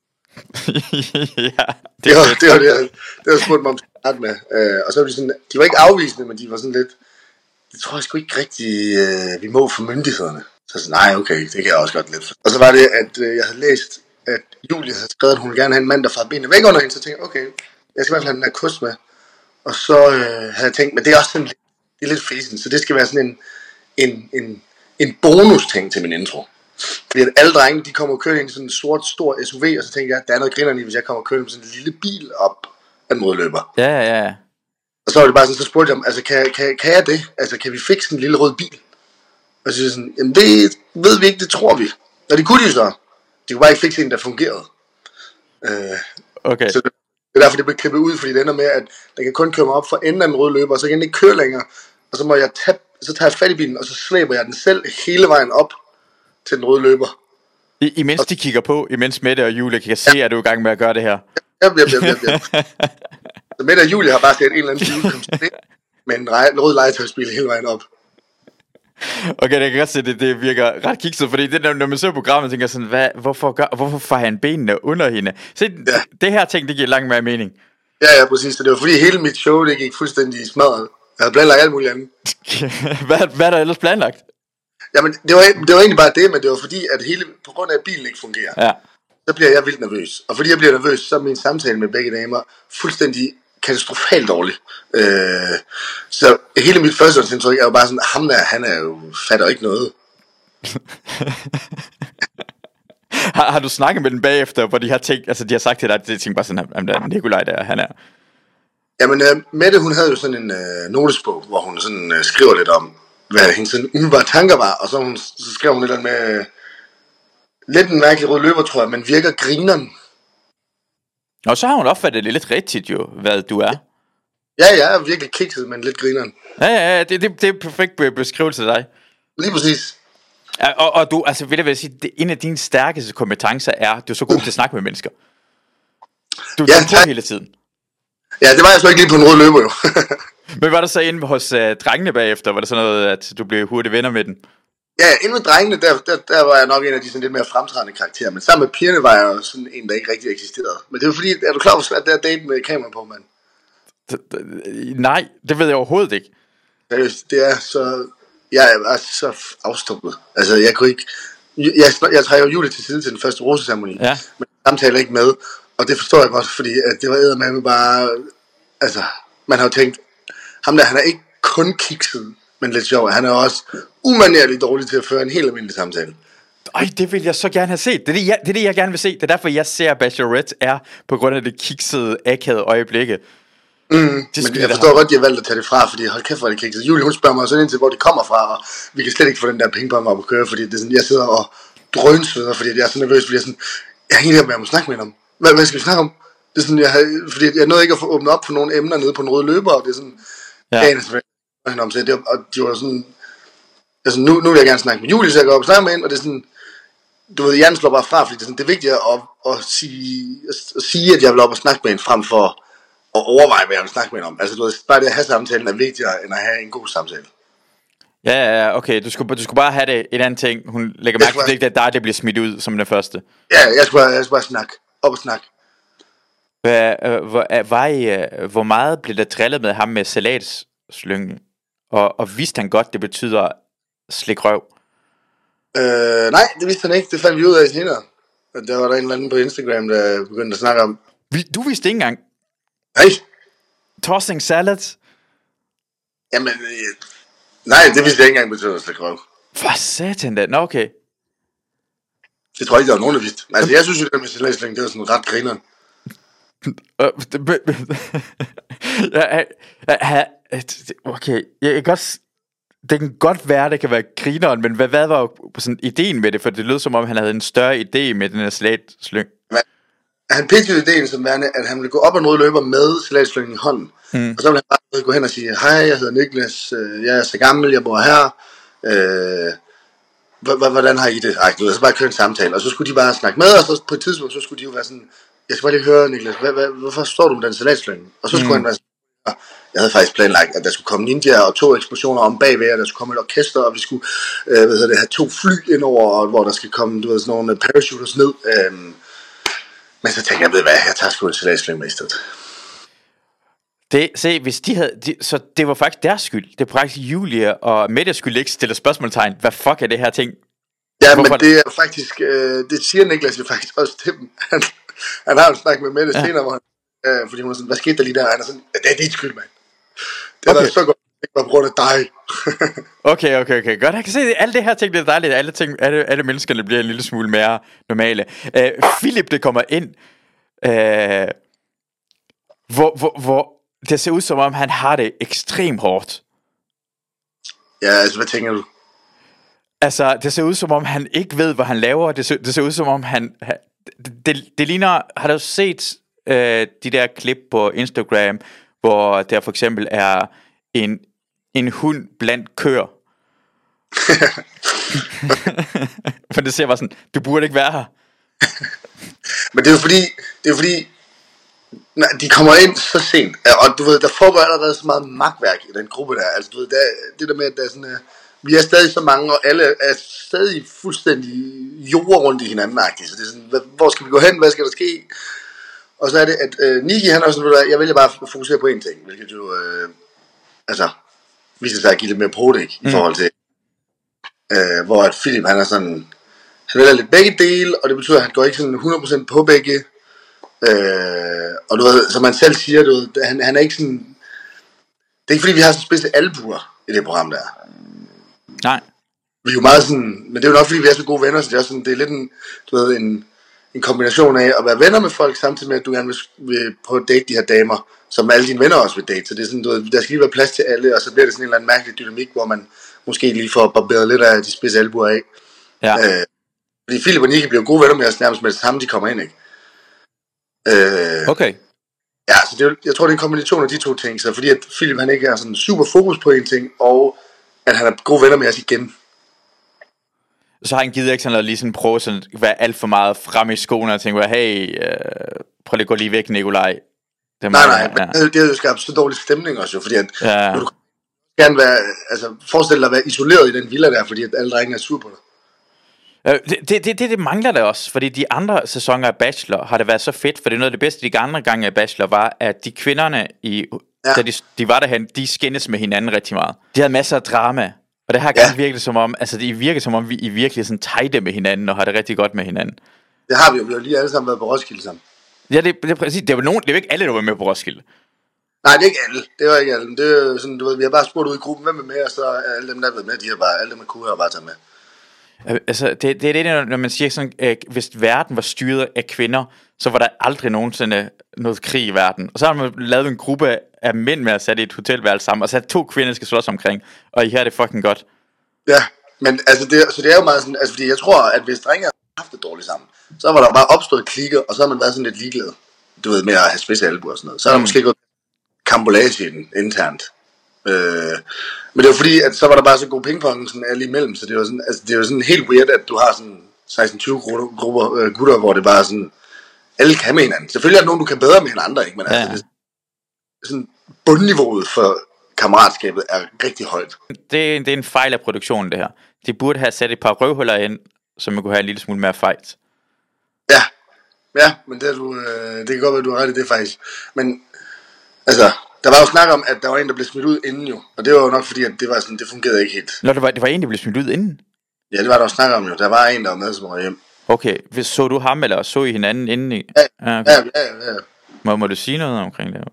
Ja, det, det, var, det var det, jeg, det var spurgt mig om til at starte med. Øh, og så var de sådan, de var ikke afvisende, men de var sådan lidt, det tror jeg sgu ikke rigtig, øh, vi må for myndighederne. Så sådan, nej, okay, det kan jeg også godt lidt for. Og så var det, at øh, jeg havde læst, at Julie havde skrevet, at hun ville gerne have en mand, der får benene væk under hende. Så tænkte jeg, okay, jeg skal i hvert fald have den der kust med. Og så øh, havde jeg tænkt, men det er også sådan lidt, det er lidt fesen, så det skal være sådan en, en, en, en bonus-ting til min intro. Fordi at alle drenge, de kommer og kører ind i sådan en sort, stor S U V, og så tænker jeg, der er noget grinerne i, hvis jeg kommer og kører med sådan en lille bil op af en modløber. Ja, ja, ja. Og så var det bare sådan, så spurgte jeg dem, altså kan, kan, kan jeg det? Altså kan vi fikse en lille rød bil? Og så siger jeg sådan, jamen det ved vi ikke, det tror vi. Og det kunne de jo så. De kunne bare ikke fikse en, der fungerede. Øh, okay. Så det, det er derfor, det blev klippet ud, fordi det ender med, at der kan kun køre mig op for enden af en rød løber, og så kan den ikke køre længere. Og så må jeg tage, så tager jeg fat i bilen, og så slæber jeg den selv hele vejen op til den røde løber. I, imens de kigger på, imens Mette og Julie kan se, ja. At du er i gang med at gøre det her. Ja, ja, ja, ja, ja. Så Mette og Julie har bare set en eller anden bil komme til med en, rej, en rød legetøjsbil hele vejen op. Okay, det kan godt se, det, det virker ret kikset, fordi det, når man ser programmet, tænker sådan, hvad, hvorfor, gør, hvorfor får han benene under hende? Se, ja. Det her ting, det giver langt mere mening. Ja, ja, præcis. Så det var fordi hele mit show, det gik fuldstændig smadret. Jeg havde planlagt alt muligt andet. hvad, hvad er der ellers planlagt? Jamen, det var, det var egentlig bare det, men det var fordi, at hele, på grund af, at bilen ikke fungerer, ja. Så bliver jeg vildt nervøs. Og fordi jeg bliver nervøs, så er min samtale med begge damer fuldstændig katastrofalt dårlig. Øh, så hele mit førstehåndsindtryk er jo bare sådan, ham der, han er jo fatter ikke noget. har, har du snakket med den bagefter, hvor de har tænkt, altså de har sagt til dig, at de tænker bare sådan, ham der Nikolaj der, han er... Jamen, uh, Mette, hun havde jo sådan en uh, notesbog, hvor hun sådan uh, skriver lidt om, hvad hendes sådan umiddelbare tanker var, og så, hun, så skrev hun lidt med, uh, lidt en mærkelig rød løber, tror jeg, men virker grineren. Og så har hun opfattet det lidt rigtigt jo, hvad du er. Ja, jeg er virkelig kikset, men lidt grineren. Ja, ja, ja, det, det, det er perfekt beskrivelse af dig. Lige præcis. Og, og du, altså, vil jeg vil sige, det, en af dine stærkeste kompetencer er, at du er så god til at snakke med mennesker. Du Ja, er på tak. hele tiden. Ja, det var jeg så ikke lige på en rød løber, jo. Men var der så inde hos uh, drengene bagefter? Var det sådan noget, at du blev hurtigt venner med den? Ja, inde med drengene, der, der, der var jeg nok en af de sådan lidt mere fremtrædende karakterer. Men sammen med pigerne var jeg jo sådan en, der ikke rigtig eksisterede. Men det er fordi, er du klar, hvor svært det er at date med kamera på, mand? Nej, det ved jeg overhovedet ikke. Seriøst, det er så... Jeg er så afstumpet. Altså, jeg kunne ikke... Jeg, jeg, jeg trækker Julie til side til den første roseceremoni. Ja. Men jeg samtaler ikke med. Og det forstår jeg godt, fordi at det var eddermame bare... Altså, man har jo tænkt... Ham der, han er ikke kun kikset, men lidt sjov. Han er også umanerligt dårlig til at føre en helt almindelig samtale. Ej, det vil jeg så gerne have set. Det er det, jeg, det er det, jeg gerne vil se. Det er derfor, jeg ser Bachelorette er på grund af det kiksede, akavede øjeblikke. Mm, men jeg forstår godt, at de har valgt at tage det fra, fordi hold kæft, hvor er det kikset. Julie, hun spørger mig sådan ind til, hvor det kommer fra, og vi kan slet ikke få den der pingpong op at køre, fordi det er sådan, jeg sidder og drønsveder, fordi jeg er så nervøs, fordi jeg er sådan, jeg har ingen idé om, hvad jeg må snakke med ham. Hvad, hvad skal vi snakke om? Det er sådan, jeg har, fordi jeg nåede ikke at få åbnet op for nogle emner nede på en rød løber, og det er sådan, ja. Dagen, som om, så det, og de var sådan, altså, nu, nu vil jeg gerne snakke med Julie, så jeg går op og snakker med hende, og det er sådan, du ved, hjernen slår bare fra, fordi det er, sådan, det er vigtigt at, at, sige, at sige, at jeg vil op og snakke med hende, frem for at overveje, hvad jeg vil snakke med hende om. Altså, du ved, bare det at have samtalen er vigtigere, end at have en god samtale. Ja, ja, okay. Du skulle, du skulle bare have det en anden ting. Hun lægger mærke til, at det er dig, det bliver smidt ud som den første. Ja, jeg skulle bare, jeg skulle bare snakke. Op og snakke. Hvad, øh, hvor, øh, var I, øh, hvor meget blev der drillet med ham med salatslyngen? Og, og vidste han godt, det betyder slik røv? Øh, nej, det vidste han ikke. Det fandt vi ud af senere. Og der var der en eller anden på Instagram, der begyndte at snakke om. Du vidste ikke engang? Nej. Tossing salads? Jamen, øh, nej, det vidste jeg ikke engang betyder slik røv. For satan da. Nå, okay. Det tror jeg ikke, der var nogen, der vidste. Altså, jeg synes jo, det med salatslyngen, det var sådan ret grineren. Okay, jeg kan godt, det kan godt være, det kan være grineren, men hvad, hvad var sådan ideen med det? For det lød som om, han havde en større idé med den her salatslyng. Han pitchede ideen som værende, at han ville gå op og noget løber med salatslyngen i hånden. Mm. Og så ville han bare gå hen og sige, hej, jeg hedder Niklas, jeg er så gammel, jeg bor her. Øh, hvordan har I det? Ej, du ved, så bare køre en samtale. Og så skulle de bare snakke med, og så på et tidspunkt, så skulle de jo være sådan, jeg skal bare lige høre, Niklas, hvad, hvad, hvorfor står du med den salatslynge? Og så skulle mm. han være sådan, jeg havde faktisk planlagt, at der skulle komme ninja og to eksplosioner om bagved, og der skulle komme et orkester, og vi skulle øh, hvad hedder det, have to fly indover, og hvor der skal komme, du ved, sådan nogle parachuters ned. Øh, men så tænkte jeg, ved hvad, jeg tager sgu en salatslynge med i stedet. Det, se, hvis de havde, de, så det var faktisk deres skyld. Det er faktisk Julie og Mette skulle ikke stille spørgsmålstegn. Hvad fuck er det her ting? Ja, Hvorfor? men det er faktisk, øh, det siger Niklas jo faktisk også til dem. Han, han har jo snakket med Mette ja. senere, hvor han, øh, fordi hun er sådan, hvad skete der lige der? Og han er sådan, det er dit skyld, mand. Det okay. er så godt, ikke bare på grund af dig. okay, okay, okay, godt. Jeg kan se, at alle det her ting, det er dejligt. Alle, ting, alle, alle menneskerne bliver en lille smule mere normale. Øh, Philip, det kommer ind, øh, hvor, hvor, hvor det ser ud som om, han har det ekstremt hårdt. Ja, altså, hvad tænker du? Altså, det ser ud som om, han ikke ved, hvad han laver. Det ser, det ser ud som om, han... han det, det, det ligner... Har du set øh, de der klip på Instagram, hvor der for eksempel er en, en hund blandt køer? For det ser bare sådan, du burde ikke være her. Men det er jo fordi... Det er jo fordi... Nej, de kommer ind så sent, og du ved, der foregår allerede så meget magtværk i den gruppe der. Altså, du ved, der, det der med, at der er sådan... Uh, vi er stadig så mange, og alle er stadig fuldstændig jord rundt i hinanden. Så det er sådan, hvor skal vi gå hen? Hvad skal der ske? Og så er det, at øh, Niki, han er sådan, jeg vælger bare at fokusere på én ting, hvilket jo, øh, altså, viser sig at give lidt mere prodik mm. i forhold til, øh, hvor at Philip, han er sådan, han vælger lidt begge dele, og det betyder, at han går ikke sådan hundrede procent på begge, øh, og du ved, som man selv siger, du ved, han, han er ikke sådan, det er ikke fordi, vi har så spidse albuer i det program der. Nej. Vi er jo meget sådan, men det er jo nok fordi vi er så gode venner, så det er sådan, det er lidt en, du ved, en, en kombination af at være venner med folk, samtidig med at du gerne vil, vil prøve at date de her damer, som alle dine venner også vil date. Så det er sådan, du ved, der skal lige være plads til alle, og så bliver det sådan en eller anden mærkelig dynamik, hvor man måske lige får barberet lidt af de spidse albuer af. Ja. Øh, fordi Philip og Niki bliver gode venner med os nærmest med det samme, de kommer ind, ikke? Øh, okay. Ja, så det er, jeg tror det er en kombination af de to ting, så fordi at Philip han ikke er sådan super fokus på en ting, og at han er gode venner med os igen. Så har han givet ikke sådan noget, lige sådan prøve sådan, være alt for meget frem i skoene og tænke, hey, øh, prøv lige at gå lige væk, Nikolaj. Det nej, nej, men ja. Det er jo skabt så dårlig stemning også jo, fordi at ja. du kan gerne være, altså forestil dig at være isoleret i den villa der, fordi at alle drenge er sur på dig. Det, det, det, det mangler det også, fordi de andre sæsoner af Bachelor har det været så fedt, for det er noget af det bedste de andre gange af Bachelor var, at de kvinderne, i, ja. da de, de var derhen, de skændes med hinanden rigtig meget. De havde masser af drama, og det har ja. virkelig som om, altså det virker som om, vi i virkelig sådan tighte med hinanden, og har det rigtig godt med hinanden. Det har vi jo, vi har lige alle sammen været på Roskilde sammen. Ja, det, det er præcis, det var nogen, det er jo ikke alle, der var med på Roskilde. Nej, det er ikke alle, det var ikke alle, det er sådan, du ved, vi har bare spurgt ud i gruppen, hvem er med, og så er alle dem, der er med, de har bare, alle dem, der kunne have bare taget med. Altså, det, det er det, når man siger sådan, at hvis verden var styret af kvinder, så var der aldrig nogensinde noget krig i verden. Og så har man lavet en gruppe af mænd med at sætte i et hotelværelse sammen, og så to kvinder skal slås omkring, og I her er det fucking godt. Ja, men altså, det, så det er jo meget sådan, altså fordi jeg tror, at hvis drenge har haft det dårligt sammen, så var der bare opstået klikker, og så har man været sådan lidt ligeglad, du ved, med at have spidse albuer og sådan noget. Så er der mm. måske gået kambolage i den internt. Øh, men det var fordi, at så var der bare så god pingpong sådan alle imellem, så det var sådan, altså det var sådan helt weird, at du har sådan seksten tyve grupper øh, gutter, hvor det bare sådan, alle kan med hinanden. Selvfølgelig er der nogen, du kan bedre med end andre, ikke? Men ja. altså, det, sådan bundniveauet for kammeratskabet er rigtig højt. Det, det er en fejl af produktionen, det her. De burde have sat et par røvhuller ind, så man kunne have en lille smule mere fight. Ja, ja, men det, er du, øh, det kan godt være, du har ret i det faktisk. Men, altså, der var jo snak om, at der var en, der blev smidt ud inden jo. Og det var jo nok fordi, at det var sådan, det fungerede ikke helt. Nå, det var, det var en, der blev smidt ud inden? Ja, det var der jo snak om jo. Der var en, der var med, som var hjem. Okay, hvis så du ham, eller så I hinanden inden i? Ja, ja, okay. ja, ja, ja. Må, må du sige noget omkring det?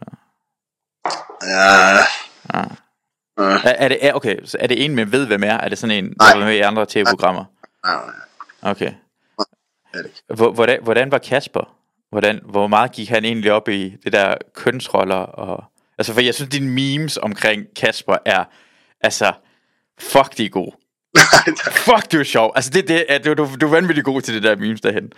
Ja. ja. ja. Er, er det, okay, så er det en, man ved, hvem er? Er det sådan en, Nej. der var med i andre tv-programmer? Nej, nej. Okay. Hvordan, hvordan var Kasper? Hvordan, hvor meget gik han egentlig op i det der kønsroller? Og, altså, for jeg synes, dine memes omkring Kasper er, altså, fuck, de er gode. Fuck, du er sjov. Altså, det, det, er, du, du, du er vanvittig god til det der memes derhen.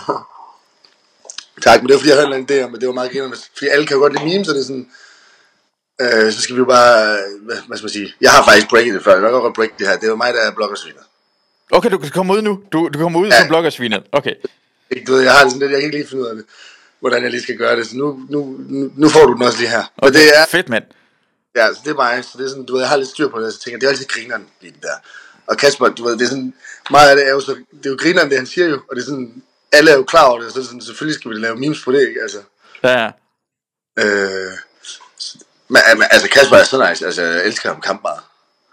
Tak, men det var fordi, jeg havde en idé om, men det var meget griner. Fordi alle kan jo godt lide memes, så det er sådan, øh, så skal vi jo bare, hvad, hvad skal man sige, jeg har faktisk breaket det før, jeg kan godt break det her, det var mig, der er bloggersvinet. Okay, du kan komme ud nu, du, du kommer ud ja. som bloggersvinet, okay. Du ved, jeg har det sådan lidt, jeg kan ikke lige finde ud af det, hvordan jeg lige skal gøre det, så nu, nu, nu, nu får du den også lige her. Okay, det er fedt, mand. Ja, så det er mig, så det er sådan, du ved, jeg har lidt styr på det, så tænker jeg, det er altid grineren lige det der. Og Kasper, du ved, det er sådan, meget af det er jo så, det er jo grineren, det han siger jo, og det er sådan, alle er jo klar over det, så det er sådan, selvfølgelig skal vi lave memes på det, ikke, altså. Ja, ja. Øh, men, altså, Kasper er så nice, altså, jeg elsker ham kamp meget.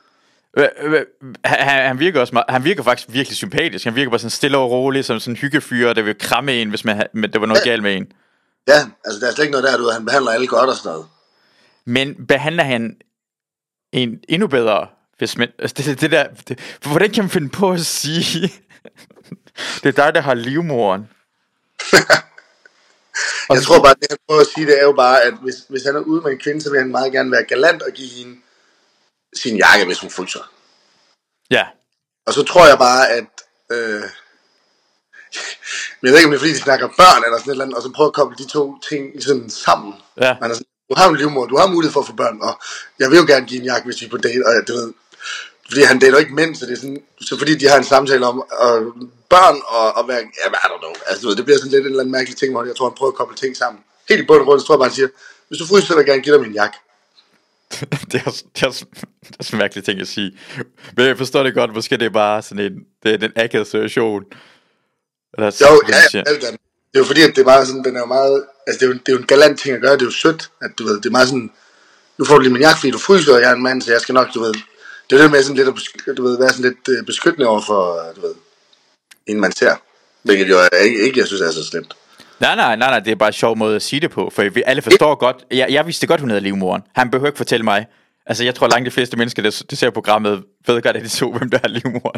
Han, han virker også meget, han virker faktisk virkelig sympatisk. Han virker bare sådan stille og rolig, som sådan en hyggefyr, der vil kramme en, hvis man, der var noget ja. galt med en. Ja, altså der er slet ikke noget der, du ved, han behandler alle godt og sådan noget. Men behandler han en endnu bedre, hvis man, altså det, det der, det, hvordan kan man finde på at sige, det er dig, der har livmoren? Jeg tror bare, det han prøver at sige, det er jo bare, at hvis, hvis han er ude med en kvinde, så vil han meget gerne være galant og give hende sin jakke, hvis hun fryser. Ja. Og så tror jeg bare, at øh, jeg ved ikke, om det er fordi, de snakker børn eller sådan et eller andet, og så prøver at koble de to ting sådan sammen. Ja. Man er sådan, du har en livmor, du har mulighed for at få børn, og jeg vil jo gerne give en jakke, hvis vi er på date, og du ved, fordi han dater ikke mænd, så det er sådan, så fordi de har en samtale om øh, børn og, og være, ja, I don't know, altså du ved, det bliver sådan lidt en eller anden mærkelig ting, hvor jeg tror, han prøver at koble ting sammen. Helt i bund og grund, så tror jeg bare, han siger, hvis du fryser, så vil jeg gerne give dig min jakke. det, er, det, er, det er sådan en mærkelig ting at sige. Men jeg forstår det godt. Måske det er bare sådan en, det er den akkede situation. Eller jo, ja, ja, alt det. Det er jo fordi, at det er meget sådan, den er jo meget, altså det er jo, det er jo en galant ting at gøre, det er jo sødt, at du ved, det er meget sådan, nu får du lige min jakke, fordi du fryser, og jeg er en mand, så jeg skal nok, du ved, det er det med sådan lidt at besky- du ved, være sådan lidt beskyttende over for, du ved, en man ser, hvilket jo ikke, ikke jeg synes er så slemt. Nej, nej, nej, nej, det er bare en sjov måde at sige det på, for vi alle forstår godt, jeg, jeg vidste godt, hun hedder livmoren. Han behøver ikke fortælle mig. Altså, jeg tror langt de fleste mennesker, der, der ser programmet, ved godt, at de så, hvem der er livmoren.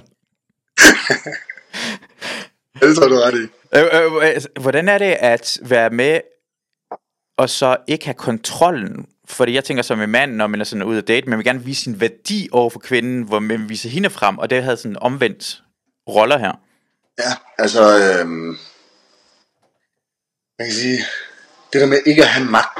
Det tror du ret i. Øh, øh, hvordan er det at være med, og så ikke have kontrollen? Fordi jeg tænker som en mand, når man er sådan ude at date, man vil gerne vise sin værdi over for kvinden, hvor man viser hende frem, og det havde sådan omvendt roller her. Ja, altså... Øh... Man kan sige, det der med ikke at have magt,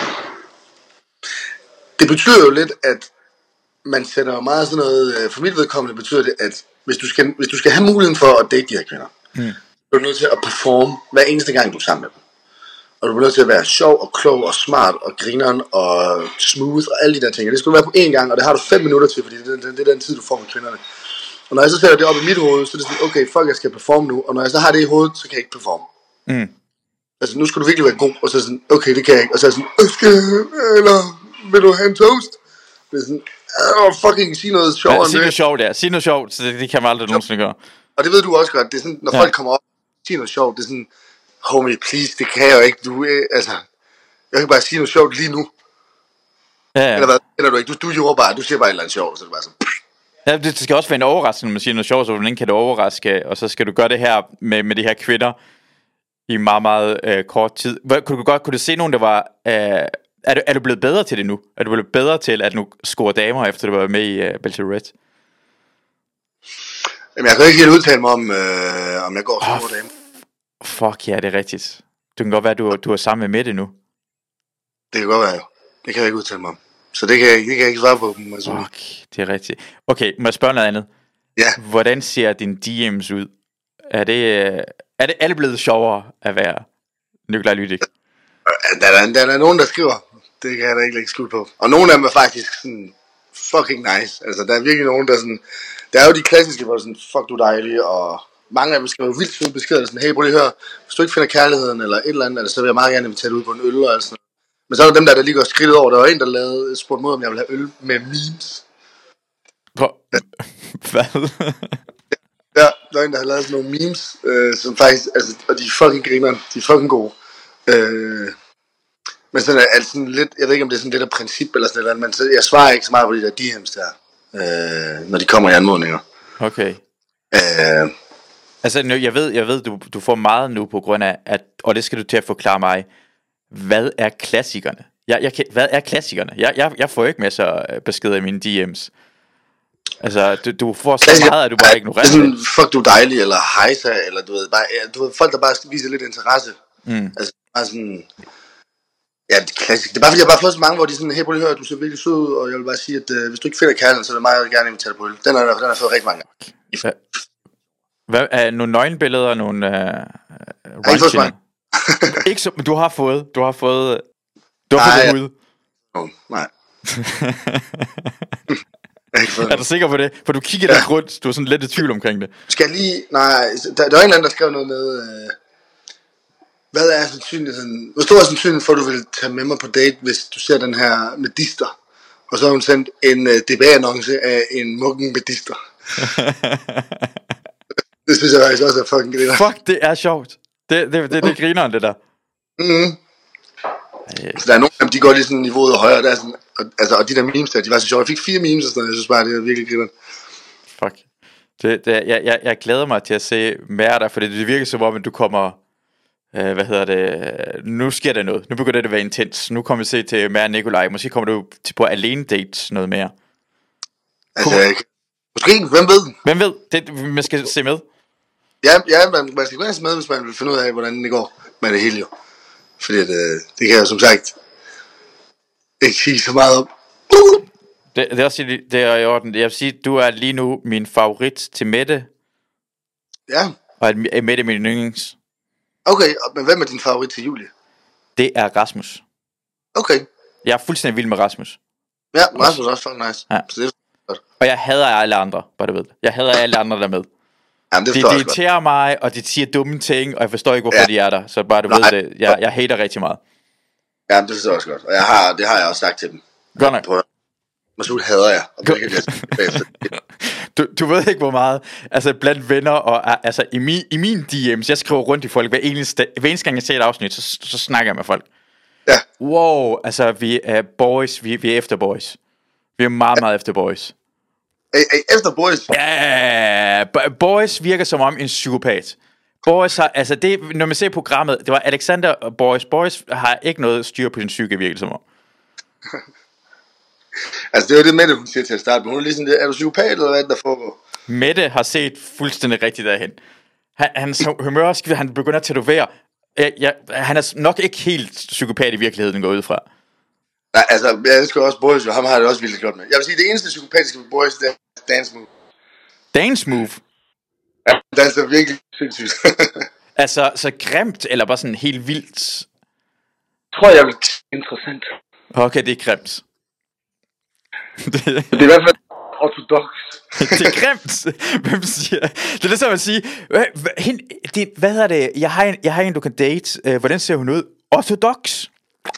det betyder jo lidt, at man sætter jo meget sådan noget, for mit vedkommende betyder det, at hvis du skal, hvis du skal have muligheden for at date de her kvinder, mm. så er du nødt til at performe hver eneste gang, du er sammen med dem. Og du er nødt til at være sjov og klog og smart og grineren og smooth og alle de der ting. Og det skal du være på én gang, og det har du fem minutter til, fordi det, det, det er den tid, du får med kvinderne. Og når jeg så sætter det op i mit hoved, så er det sådan, okay, fuck, jeg skal performe nu. Og når jeg så har det i hovedet, så kan jeg ikke performe. Mm. Altså, nu skal du virkelig være god. Og så er sådan, okay, det kan jeg ikke. Og så er jeg sådan, skal eller vil du have en toast? Det er sådan, åh, fucking sige noget sjovt. Ja, sig noget sjovt, ja. Sig noget sjovt, så det, det kan man aldrig nogensinde gøre. Og det ved du også godt. Det er sådan, når ja. folk kommer op og siger noget sjovt, det er sådan, homie, please, det kan jeg jo ikke. Du, øh, altså, jeg kan bare sige noget sjovt lige nu. Ja, ja. Eller hvad, eller du ikke? Du, du gjorde bare, du siger bare et eller andet sjovt, så er det bare sådan. Ja, det skal også være en overraskelse, når man siger noget sjovt, så hvordan kan det overraske, og så skal du gøre det her med, med de her kvinder i meget, meget øh, kort tid. Hvad, kunne du godt kunne du se nogen, der var... Øh, er, du, er du blevet bedre til det nu? Er du blevet bedre til at nu score damer, efter du var med i øh, Bachelorette? Jamen, jeg kan ikke helt udtale mig om, øh, om jeg går og scorer damer. Fuck ja, det er rigtigt. Det kan godt være, at du, du er sammen med Mette nu. Det kan godt være, jo. Det kan jeg ikke udtale mig om. Så det kan jeg, det kan jeg ikke svare på. Altså. Fuck, det er rigtigt. Okay, må jeg spørge noget andet? Ja. Hvordan ser din D M's ud? Er det, er det alle blevet sjovere at være Nikolaj Lydik? Der er, der er nogen, der skriver. Det kan jeg da ikke lægge skjul på. Og nogle af dem er faktisk sådan fucking nice. Altså, der er virkelig nogen, der sådan... Der er jo de klassiske, hvor sådan, fuck, du er dejlig, og... Mange af dem skriver vildt søde beskeder, sådan, hey, prøv lige at høre, hvis du ikke finder kærligheden, eller et eller andet, altså, så vil jeg meget gerne invitere dig ud på en øl, og sådan. Men så er der dem der, der lige går skridtet over. Der var en, der lavede, spurgte mig, om jeg ville have øl med memes. Hvad? Ja, der er en, der har lavet sådan nogle memes, øh, som faktisk, altså, og de er fucking grineren, de er fucking gode. Øh, men sådan er altså sådan lidt, jeg ved ikke, om det er sådan lidt af princip, eller sådan noget, men så, jeg svarer ikke så meget på de der D M's der, øh, når de kommer i anmodninger. Okay. Øh, altså, jeg ved, jeg ved du, du får meget nu på grund af, at, og det skal du til at forklare mig, hvad er klassikerne? Jeg, jeg, hvad er klassikerne? Jeg, jeg, jeg får ikke masser af beskeder i mine D M's. Altså, du, du får så meget, at du bare ignorerer det. Sådan, fuck, du er dejlig, eller hejsa, eller du ved, bare, du ved, folk, der bare viser lidt interesse. Mm. Altså, bare sådan... Ja, det er klassisk. Det er bare fordi, jeg har bare fået så mange, hvor de sådan, hey, prøv lige at høre, du ser virkelig sød ud, og jeg vil bare sige, at øh, hvis du ikke finder kærligheden, så er det mig, jeg vil gerne invitere dig på øl. Den har den har fået rigtig mange gange. Hvad, hvad er nogle nøgenbilleder, nogle... Øh, jeg har ikke fået så mange. Ikke så, men du har fået, du har fået, du har nej, fået ud. Oh, nej. Er du sikker på det? For du kigger der rundt, du er sådan lidt i tvivl omkring det. Skal jeg lige, nej, der, der var en anden, der skrev noget med, øh, hvad er sandsynligheden, hvor stor er sandsynligheden for, at du vil tage med mig på date, hvis du ser den her medister? Og så har hun sendt en uh, D B A-annonce af en muggen medister. Det synes jeg faktisk også er fucking griner. Fuck, det er sjovt. Det, det, det, det griner det der. Mhm. Så der er nogle af dem, de går lige sådan niveauet højere, der er sådan, og, altså, og de der memes der, de var så sjove. Jeg fik fire memes og sådan noget, jeg synes bare, det er virkelig griner. Fuck. Det, det, jeg, jeg, jeg glæder mig til at se mere af dig, for det, det virker som om, at du kommer, øh, hvad hedder det, nu sker der noget. Nu begynder det at være intens. Nu kommer vi se til mere Nikolaj. Måske kommer du til på alene dates noget mere. Altså, jeg, måske, hvem ved? Hvem ved? Det, man skal se med. Ja, ja man, man skal gå ind med, hvis man vil finde ud af, hvordan det går med det hele jo. Fordi det, det kan jeg som sagt ikke sige så meget om. Det, det er også det er i orden. Jeg vil sige, du er lige nu min favorit til Mette. Ja. Og er Mette min yndlings. Okay, men hvem er din favorit til Julie? Det er Rasmus. Okay. Jeg er fuldstændig vild med Rasmus. Ja, Rasmus er også fucking nice. Ja. Så det er godt. Og jeg hader alle andre, bare du ved. Jeg hader alle andre der med. Jamen, det de de irriterer mig, og de siger dumme ting, og jeg forstår ikke, hvorfor ja. de er der. Så bare du Nej. ved det. Jeg, jeg hater rigtig meget. Ja, det forstår jeg også godt. Og jeg har, det har jeg også sagt til dem. Godt nok. Masud hader jeg. Og det kan jeg du, du ved ikke, hvor meget. Altså, blandt venner, og altså, i min, i min D M's, jeg skriver rundt i folk, hver eneste, hver eneste gang jeg ser et afsnit, så, så snakker jeg med folk. Ja. Wow, altså, vi er boys, vi, vi er efter boys. Vi er meget, meget efter boys. Efter boys? Ja, boys virker som om en psykopat. Boys har, altså det, når man ser programmet, det var Alexander og Boys. Boys har ikke noget styr på sin psyke, virker som om. Altså det er jo det Mette, hun siger til at starte, men hun er ligesom, er du psykopat, eller hvad der foregår? Mette har set fuldstændig rigtigt derhen. Han, hans humør skiver, han begynder at tatovere. Ja, ja, han er nok ikke helt psykopat i virkeligheden, går ud fra. Nej, altså, jeg elsker også Boys, jo. Ham har det også vildt godt med. Jeg vil sige, det eneste psykopatiske med Boys, det er dance move. Dance move? Ja, det er altså virkelig sindssygt. Altså, så grimt, eller bare sådan helt vildt? Tror jeg, det er interessant. Okay, det er grimt. det, det er i hvert fald ortodox. Det er grimt. Hvem siger? Det er det, som at sige, hvad, hvad, det, hvad hedder det? Jeg har en, jeg har en du kan date. Uh, hvordan ser hun ud? Ortodox.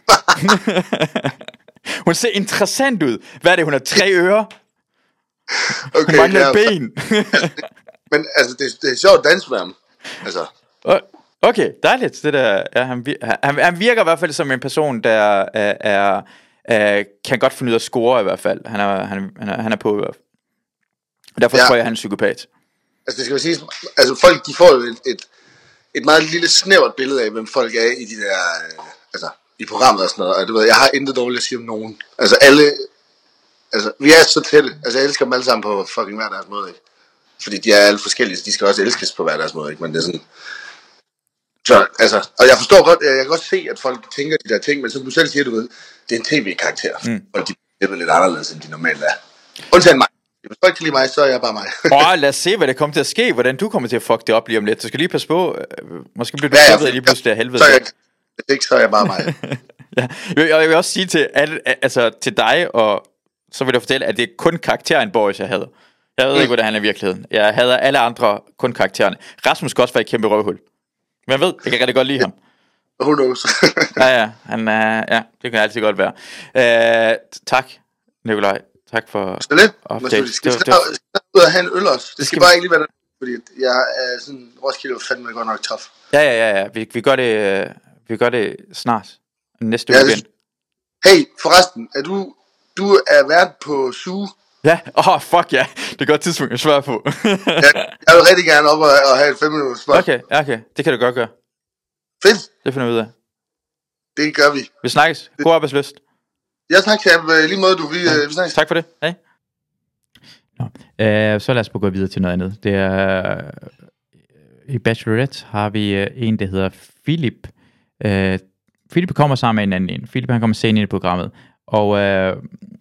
Hun ser interessant ud. Hvad er det? Hun har tre ører. Okay, hun mangler ja, ben. Men altså, det, det er sjovt at danse med ham. Altså. Okay, dejligt. Det der, ja, han, han, han virker i hvert fald som en person, der er, er, er, kan godt finde ud af at score i hvert fald. Han er, han, han er, han er på i hvert fald. Derfor ja. tror jeg, han er en psykopat. Altså, det skal jo siges, altså folk, de får jo et, et, et meget lille snævert billede af, hvem folk er i de der, øh, altså, i programmet og sådan noget. Og du ved, jeg har intet dårligt at sige om nogen. Altså, alle, altså, vi er så tætte. Altså, jeg elsker dem alle sammen på fucking hver deres måde, ikke? Fordi de er alle forskellige, så de skal også elskes på hver deres måde, ikke? Men det er sådan... Så, altså, og jeg forstår godt, jeg kan godt se, at folk tænker de der ting, men som du selv siger, du ved, det er en tv-karakter, mm. og de er lidt anderledes, end de normalt er. Undtagen mig. Hvis folk kan lide mig, så er jeg bare mig. Åh, lad os se, hvad der kommer til at ske, hvordan du kommer til at fuck det op lige om lidt. Du skal lige passe på, måske bliver du ja, ja, lige pludselig af helvede. Så jeg, hvis ikke, så er jeg bare mig. Ja. Jeg vil også sige til, alle, altså, til dig, og så vil jeg fortælle, at det er kun karakteren Boris, jeg hader. Jeg ved mm. ikke, hvordan han er i virkeligheden. Jeg hader alle andre, kun karaktererne. Rasmus skal også være et kæmpe røvhul. Men jeg ved, jeg kan rigtig godt lide ham. Who knows? ja, ja, han, uh, ja, det kan altid godt være. Uh, tak, Nikolaj. Tak for så lidt. Update. Skal vi snart ud og have en øl også? Det skal, skal bare vi... ikke lige være der, fordi jeg er sådan, Roskilde er fandme godt nok tough. Ja, ja, ja, ja. Vi, vi, gør det, uh, vi gør det snart. Næste ja, weekend. Hey, forresten, er du, du er vært på Zoo? Ja, åh, oh, fuck ja. Yeah. Det er godt tidspunkt at svare på. jeg, jeg vil rigtig gerne op og, og have et fem minutters spørgsmål. Okay, okay. Det kan du godt gøre. Fedt. Det finder vi ud af. Det gør vi. Vi snakkes. God arbejdsløst. Ja, tak til jer. Lige måde, du. Vi, ja. vi snakkes. Tak for det. Hej. Nå, øh, så lad os gå videre til noget andet. Det er... I Bachelorette har vi uh, en, der hedder Philip. Uh, Philip kommer sammen med en anden en. Philip, han kommer senere i programmet. Og... Uh,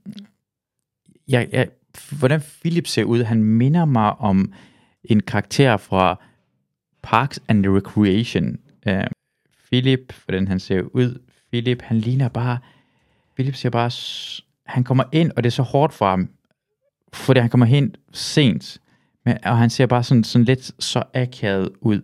Jeg, jeg, hvordan Philip ser ud, han minder mig om en karakter fra Parks and Recreation. Uh, Philip, hvordan han ser ud, Philip, han ligner bare, Philip ser bare, han kommer ind, og det er så hårdt for ham, fordi han kommer hen sent, men, og han ser bare sådan, sådan lidt så akavet ud.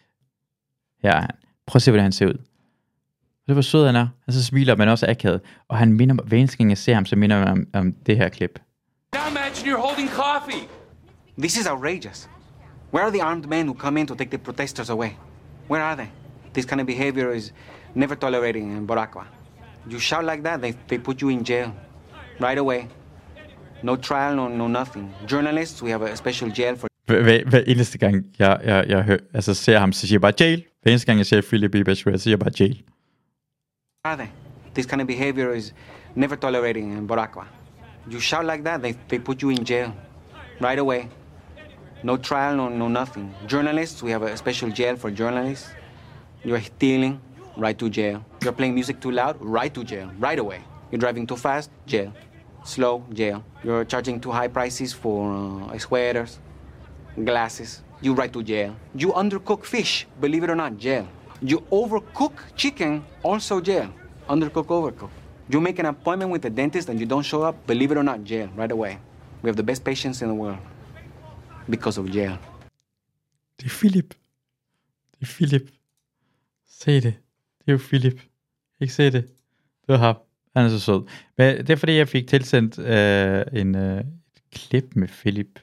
Ja, prøv at se, hvordan han ser ud. Det var sød han er, han så smiler, men også akavet, og han minder mig, hver eneste gang jeg ser ham, så minder mig om, om det her klip. Now imagine you're holding coffee. This is outrageous. Where are the armed men who come in to take the protesters away? Where are they? This kind of behavior is never tolerated in Boracua. You shout like that, they, they put you in jail. Right away. No trial, no, no nothing. Journalists, we have a special jail for... Hver eneste gang, jeg, jeg, jeg hører, altså ser ham, så siger jeg bare jail. Hver eneste gang, jeg ser Philip i Bachelorette, så siger jeg bare jail. Where are they? This kind of behavior is never tolerated in Boracua. You shout like that, they, they put you in jail. Right away. No trial, no, no nothing. Journalists, we have a special jail for journalists. You're stealing, right to jail. You're playing music too loud, right to jail, right away. You're driving too fast, jail. Slow, jail. You're charging too high prices for uh, sweaters, glasses. You right to jail. You undercook fish, believe it or not, jail. You overcook chicken, also jail. Undercook, overcook. You make an appointment with the dentist and you don't show up, believe it or not, jail, right away. We have the best patients in the world. Because of jail. Det er Philip. Det er Philip. Se det. Det er jo Philip. Ikke se det. Det var ham. Han er så sød. Men det er fordi, jeg fik tilsendt øh, en øh, et klip med Philip.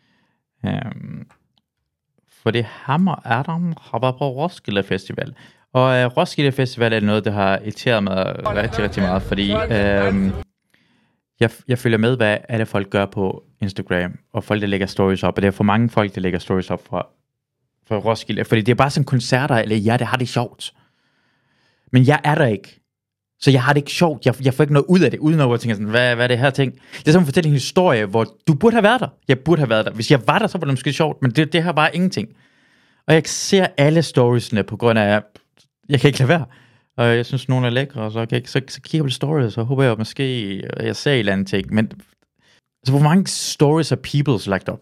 Um, fordi ham og Adam har været på Roskilde Festival. Og øh, Roskilde Festival er noget, der har irriteret mig rigtig, rigtig meget. Fordi øh, jeg, jeg følger med, hvad alle folk gør på Instagram. Og folk, der lægger stories op. Og det er for mange folk, der lægger stories op fra, fra Roskilde. Fordi det er bare sådan koncerter, eller ja, det har det sjovt. Men jeg er der ikke. Så jeg har det ikke sjovt. Jeg, jeg får ikke noget ud af det, uden at jeg tænker sådan, hvad, hvad er det her ting? Det er som at fortælle en historie, hvor du burde have været der. Jeg burde have været der. Hvis jeg var der, så var det måske sjovt, men det, det her bare ingenting. Og jeg ser alle storiesne på grund af, jeg kan ikke lade være. Og jeg synes, nogle er lækre, og så, okay, så, så kigger jeg på stories, så håber jeg måske, jeg ser et eller andet ting. Men altså, hvor mange stories er Peoples lagt op?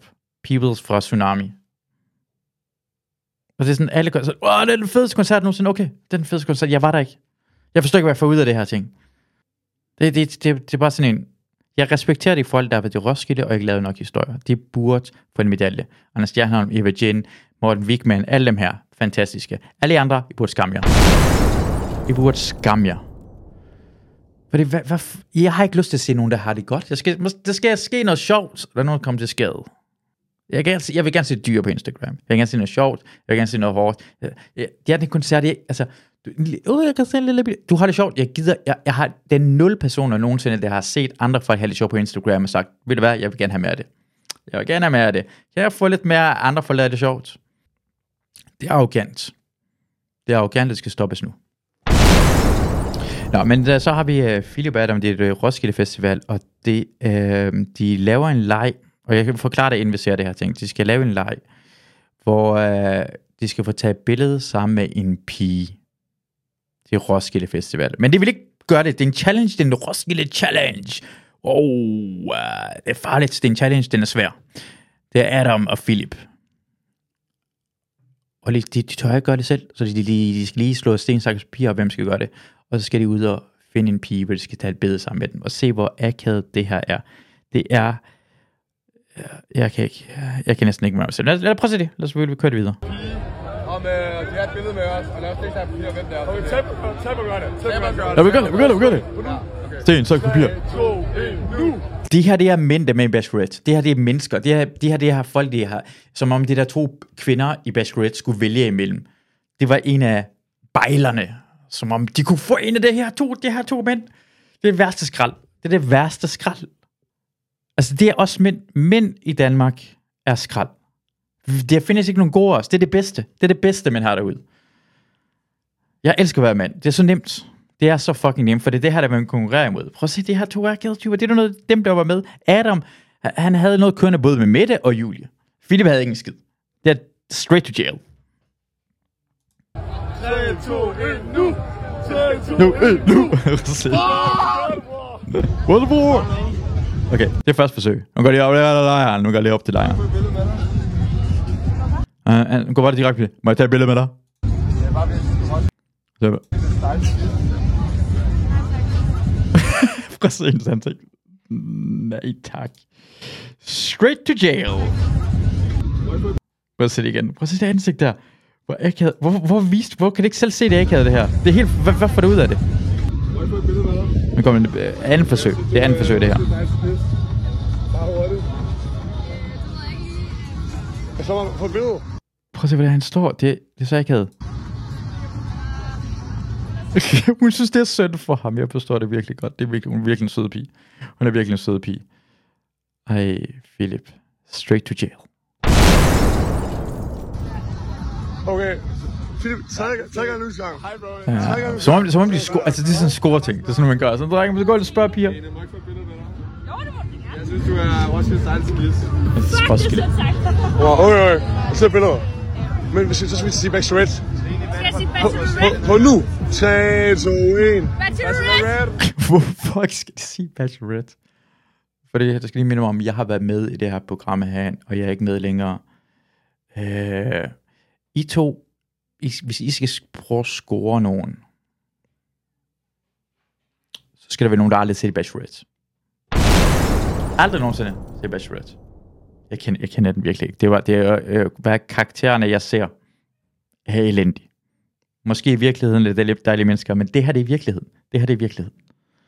Peoples fra Tsunami. Og det er sådan, alle gør sådan, åh, det er den fedeste koncert nogensinde. Okay, det er den fedeste koncert. Jeg var der ikke. Jeg forstår ikke, hvad jeg får ud af det her ting. Det, det, det, det er bare sådan en... Jeg respekterer de folk, der har været til Roskilde, og ikke lavet nok historier. De burde få en medalje. Anders Stjernholm, Eva Jin, Morten Wigman, alle dem her. Fantastiske. Alle de andre, I burde skamme jer. I burde skamme jer. Fordi, hvad, hvad, jeg har ikke lyst til at se nogen, der har det godt. Jeg skal, der skal ske noget sjovt, der er nogen, der kommer til skade. Jeg, kan, jeg vil gerne se dyr på Instagram. Jeg vil gerne se noget sjovt. Jeg vil gerne se noget hårdt. Jeg, jeg, det er den koncert, jeg, altså... Du, oh, jeg kan se en lille bit. Du har det sjovt. Jeg gider... Jeg, jeg har... Det er nul personer nogensinde, der har set andre folk have det sjovt på Instagram og sagt, ved du hvad, jeg vil gerne have mere af det. Jeg vil gerne have mere af det. Kan jeg få lidt mere af andre folk, der har det sjovt? Det er arrogant. Det er arrogant, det skal stoppes nu. Nå, men der, så har vi uh, Philip Adam, det er Roskilde Festival, og det, uh, de laver en leg, og jeg kan forklare det, inden vi ser det her ting. De skal lave en leg, hvor uh, de skal få taget et billede sammen med en pige til Roskilde Festival. Men de vil ikke gøre det. Det er en challenge, det er en Roskilde Challenge. Oh, uh, det er farligt, det er en challenge, den er svær. Det er Adam og Philip. Og de, de, de tør ikke gøre det selv, så de, de, de skal lige slå sten, sakkes, papir, og hvem skal gøre det. Og så skal de ud og finde en pige, hvor de skal tage et billede sammen med dem, og se, hvor akavet det her er. Det er... Jeg kan ikke... Jeg kan næsten ikke med mig selv. Lad, lad os prøve at se det. Lad os vi køre det videre. Om øh, de har et billede med os, og lad os læse af papir, hvem det er. Okay, tæp og gør det. Tæp og gør det. Ja, vi gør det, vi gør det, vi gør det. Sten, sak, papir. De her, det er mænd, der med i Bachelorette. Det her, det er mennesker. Det her, de her, det her folk, de her, som om de der to kvinder i Bachelorette skulle vælge imellem. Det var en af bejlerne, som om de kunne få en af det her to, de her to mænd. Det er det værste skrald. Det er det værste skrald. Altså, det er også mænd. Mænd i Danmark er skrald. Der findes ikke nogen gode også. Det er det bedste. Det er det bedste, man har derude. Jeg elsker at være mand. Det er så nemt. Det er så fucking nemt, for det er det her, der man konkurrerer imod. Prøv at se, det her to ærketyper. Det er noget dem, der var med. Adam, han havde noget kørende både med Mette og Julie. Philip havde ingen skid. Det er straight to jail. tre, to, et, nu! tre, to, nu, et, nu! What the fuck? Okay, det er første forsøg. Nu går de op til lejren. Nu går de op til lejren. Uh, nu går bare direkte. Må jeg tage et billede med dig? Ja, bare hvis prøv at se en sådan ting. Nej, tak. Straight to jail. Prøv at se det igen. Prøv at se det ansigt der. Hvor, akavet. hvor, hvor, vist, hvor kan du ikke selv se det akavet, det her? Det er helt... Hvad, hvad får du ud af det? Nu kommer en uh, anden forsøg. Det er anden forsøg, det her. Prøv at se, hvordan han står. Det, det er så akavet. Hun synes, det er synd for ham. Jeg forstår det virkelig godt. Det er virkelig, hun er virkelig en sød pige. Hun er virkelig en sød pige. Ej, Philip. Straight to jail. Okay. Philip, trækker en udsang. Hej, bro. Ja. Som om, som om de sko- altså, det er sådan en score-ting. Det er sådan, man gør. Så drenger man så går og spørger piger. Jeg synes, du er Roskilde stejleste glis. Roskilde. Wow, okay, okay. Og så billeder. Men så skal vi sige Bachelorette. På nu. tre, to, et. Bachelorette. Hvorfor skal de sige Bachelorette? For det, der skal lige minde mig om, at jeg har været med i det her program her, og jeg er ikke med længere. Øh, I to, I, hvis I skal prøve at score nogen, så skal der være nogen, der aldrig ser Bachelorette. Aldrig nogensinde ser Bachelorette. Jeg kender, jeg kender den virkelig ikke. Det var, det er, øh, hvad karaktererne, jeg ser, er elendige. Måske i virkeligheden lidt lidt dejlige mennesker, men det her det er virkeligheden. Det her det er virkeligheden.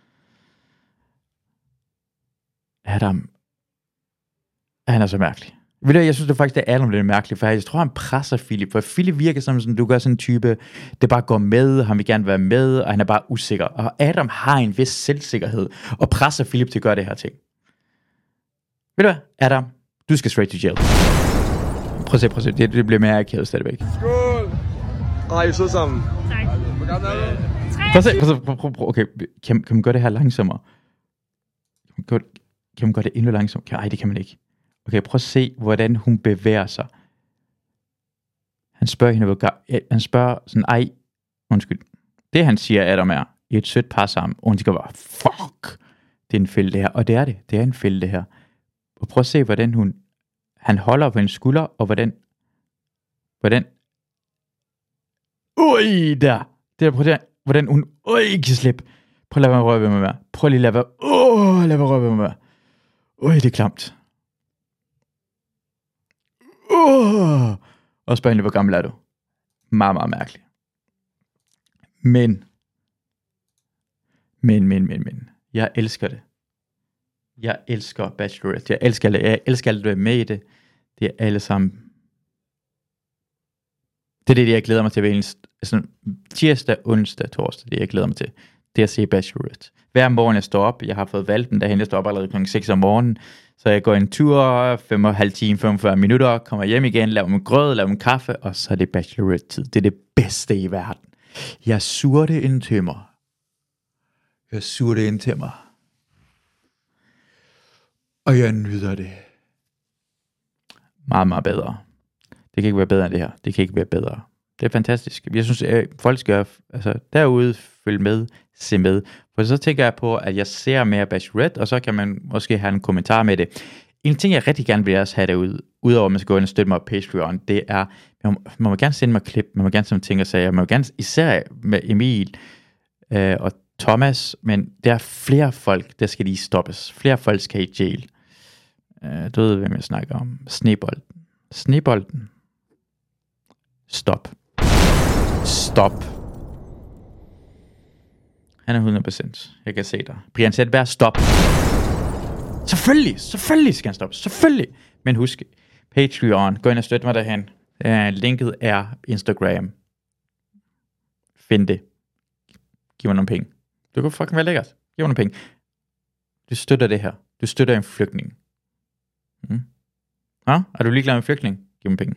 Adam, han er så mærkelig. Ved du, jeg synes det faktisk, det er Adam, der er mærkelig, for jeg tror, han presser Philip, for Philip virker som sådan, du gør sådan en type, det bare går med, han vil gerne være med, og han er bare usikker. Og Adam har en vis selvsikkerhed, og presser Philip til at gøre det her ting. Ved du hvad, Adam, du skal straight to jail. Prøv at se, prøv at se, det, det bliver mere akavet stadigvæk. Skål! Ej, I er søde sammen. Tak. Prøv at se, prøv at se, prøv, prøv, prøv, okay, kan, kan man gøre det her langsommere? Kan man gøre, kan man gøre det endnu langsommere? Nej, det kan man ikke. Okay, prøv at se, hvordan hun bevæger sig. Han spørger hende, hvor, han spørger sådan, ej, undskyld. Det han siger, Adam er, i et sødt par sammen, og hun tænker bare, fuck, det er en fælde det her. Og det er det, det er en fælde det her. Og prøv at se, hvordan hun han holder på en skulder, og hvordan, hvordan, ui, der, det der, prøv der, hvordan hun, ui, kan slippe, prøv at lade mig røre ved mig mere, prøv lige at lade mig, åh, lad mig røre ved mig mere, ui, det er klamt, åh, og spørg egentlig, hvor gammel er du? Meget, meget mærkeligt. Men, men, men, men, men, jeg elsker det. Jeg elsker Bachelorette. Jeg elsker det. Jeg elsker alt, du er med i det. Det er alle sammen. Det er det, jeg glæder mig til. Altså, tirsdag, onsdag, torsdag. Det jeg glæder mig til. Det er at se Bachelorette. Hver morgen jeg står op. Jeg har fået valgt den derhen. Jeg står op allerede klokken seks om morgenen. Så jeg går en tur, fem og halv time, femogfyrre minutter, kommer hjem igen, laver min grød, laver min kaffe, og så er det Bachelorette-tid. Det er det bedste i verden. Jeg suger det ind til mig. Jeg suger det ind til mig. Og jeg nyder det. Meget, meget bedre. Det kan ikke være bedre end det her. Det kan ikke være bedre. Det er fantastisk. Jeg synes, at folk skal altså, derude følge med, se med. For så tænker jeg på, at jeg ser mere Bachelorette, og så kan man måske have en kommentar med det. En ting, jeg rigtig gerne vil også have derude, udover at man skal gå ind og støtte mig på Patreon, det er, man må, man må gerne sende mig klip, man må gerne sende ting og sager, man må gerne, især med Emil øh, og Thomas, men der er flere folk, der skal lige stoppes. Flere folk skal i jail. Øh, du ved, hvem jeg snakker om. Snebolden. Snebolden. Stop. Stop. Han er hundrede procent. Jeg kan se dig. Brian Sætberg, stop. Selvfølgelig, selvfølgelig skal han stoppe. Selvfølgelig. Men husk, Patreon, gå ind og støtte mig derhen. Uh, linket er Instagram. Find det. Giv mig nogle penge. Det kunne fucking være lækkert. Giv mig nogle penge. Du støtter det her. Du støtter en flygtning. Mm. Ja, er du ligeglad med en flygtning? Giv mig penge.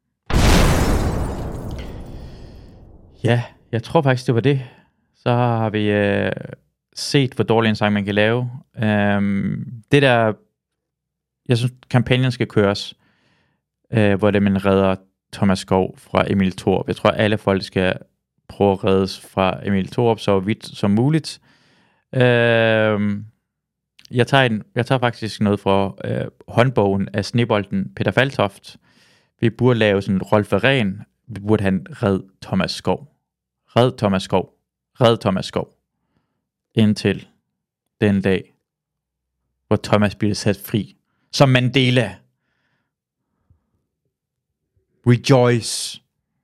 Ja, jeg tror faktisk, det var det. Så har vi øh, set, hvor dårlig en sang man kan lave. Øhm, det der, jeg synes, kampagnen skal køres, øh, hvor det man redder Thomas Skov fra Emil Thorup. Jeg tror, alle folk skal prøve at reddes fra Emil Thorup så vidt som muligt. Øh, jeg, tager en, jeg tager faktisk noget fra øh, håndbogen af Snebolden Peter Faltoft. Vi burde lave sådan en Rolf Ren. Vi burde have en red Thomas Skov. Red Thomas Skov. Red Thomas Skov. Indtil den dag, hvor Thomas bliver sat fri. Som Mandela. Rejoice.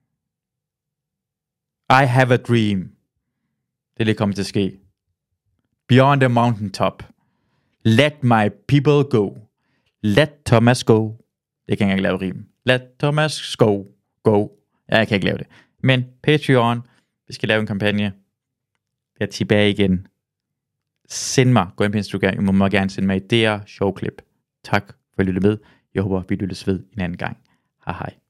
I have a dream. Det er det kommer til at ske. Beyond the mountaintop. Let my people go. Let Thomas go. Jeg kan ikke lave rim. Let Thomas go. Go. Ja, jeg kan ikke lave det. Men Patreon, vi skal lave en kampagne. Jeg er tilbage igen. Send mig, gå ind på Instagram, I må meget gerne sende mig idéer, showklip. Tak for at lytte med. Jeg håber, vi lyttes ved en anden gang. Hej hej.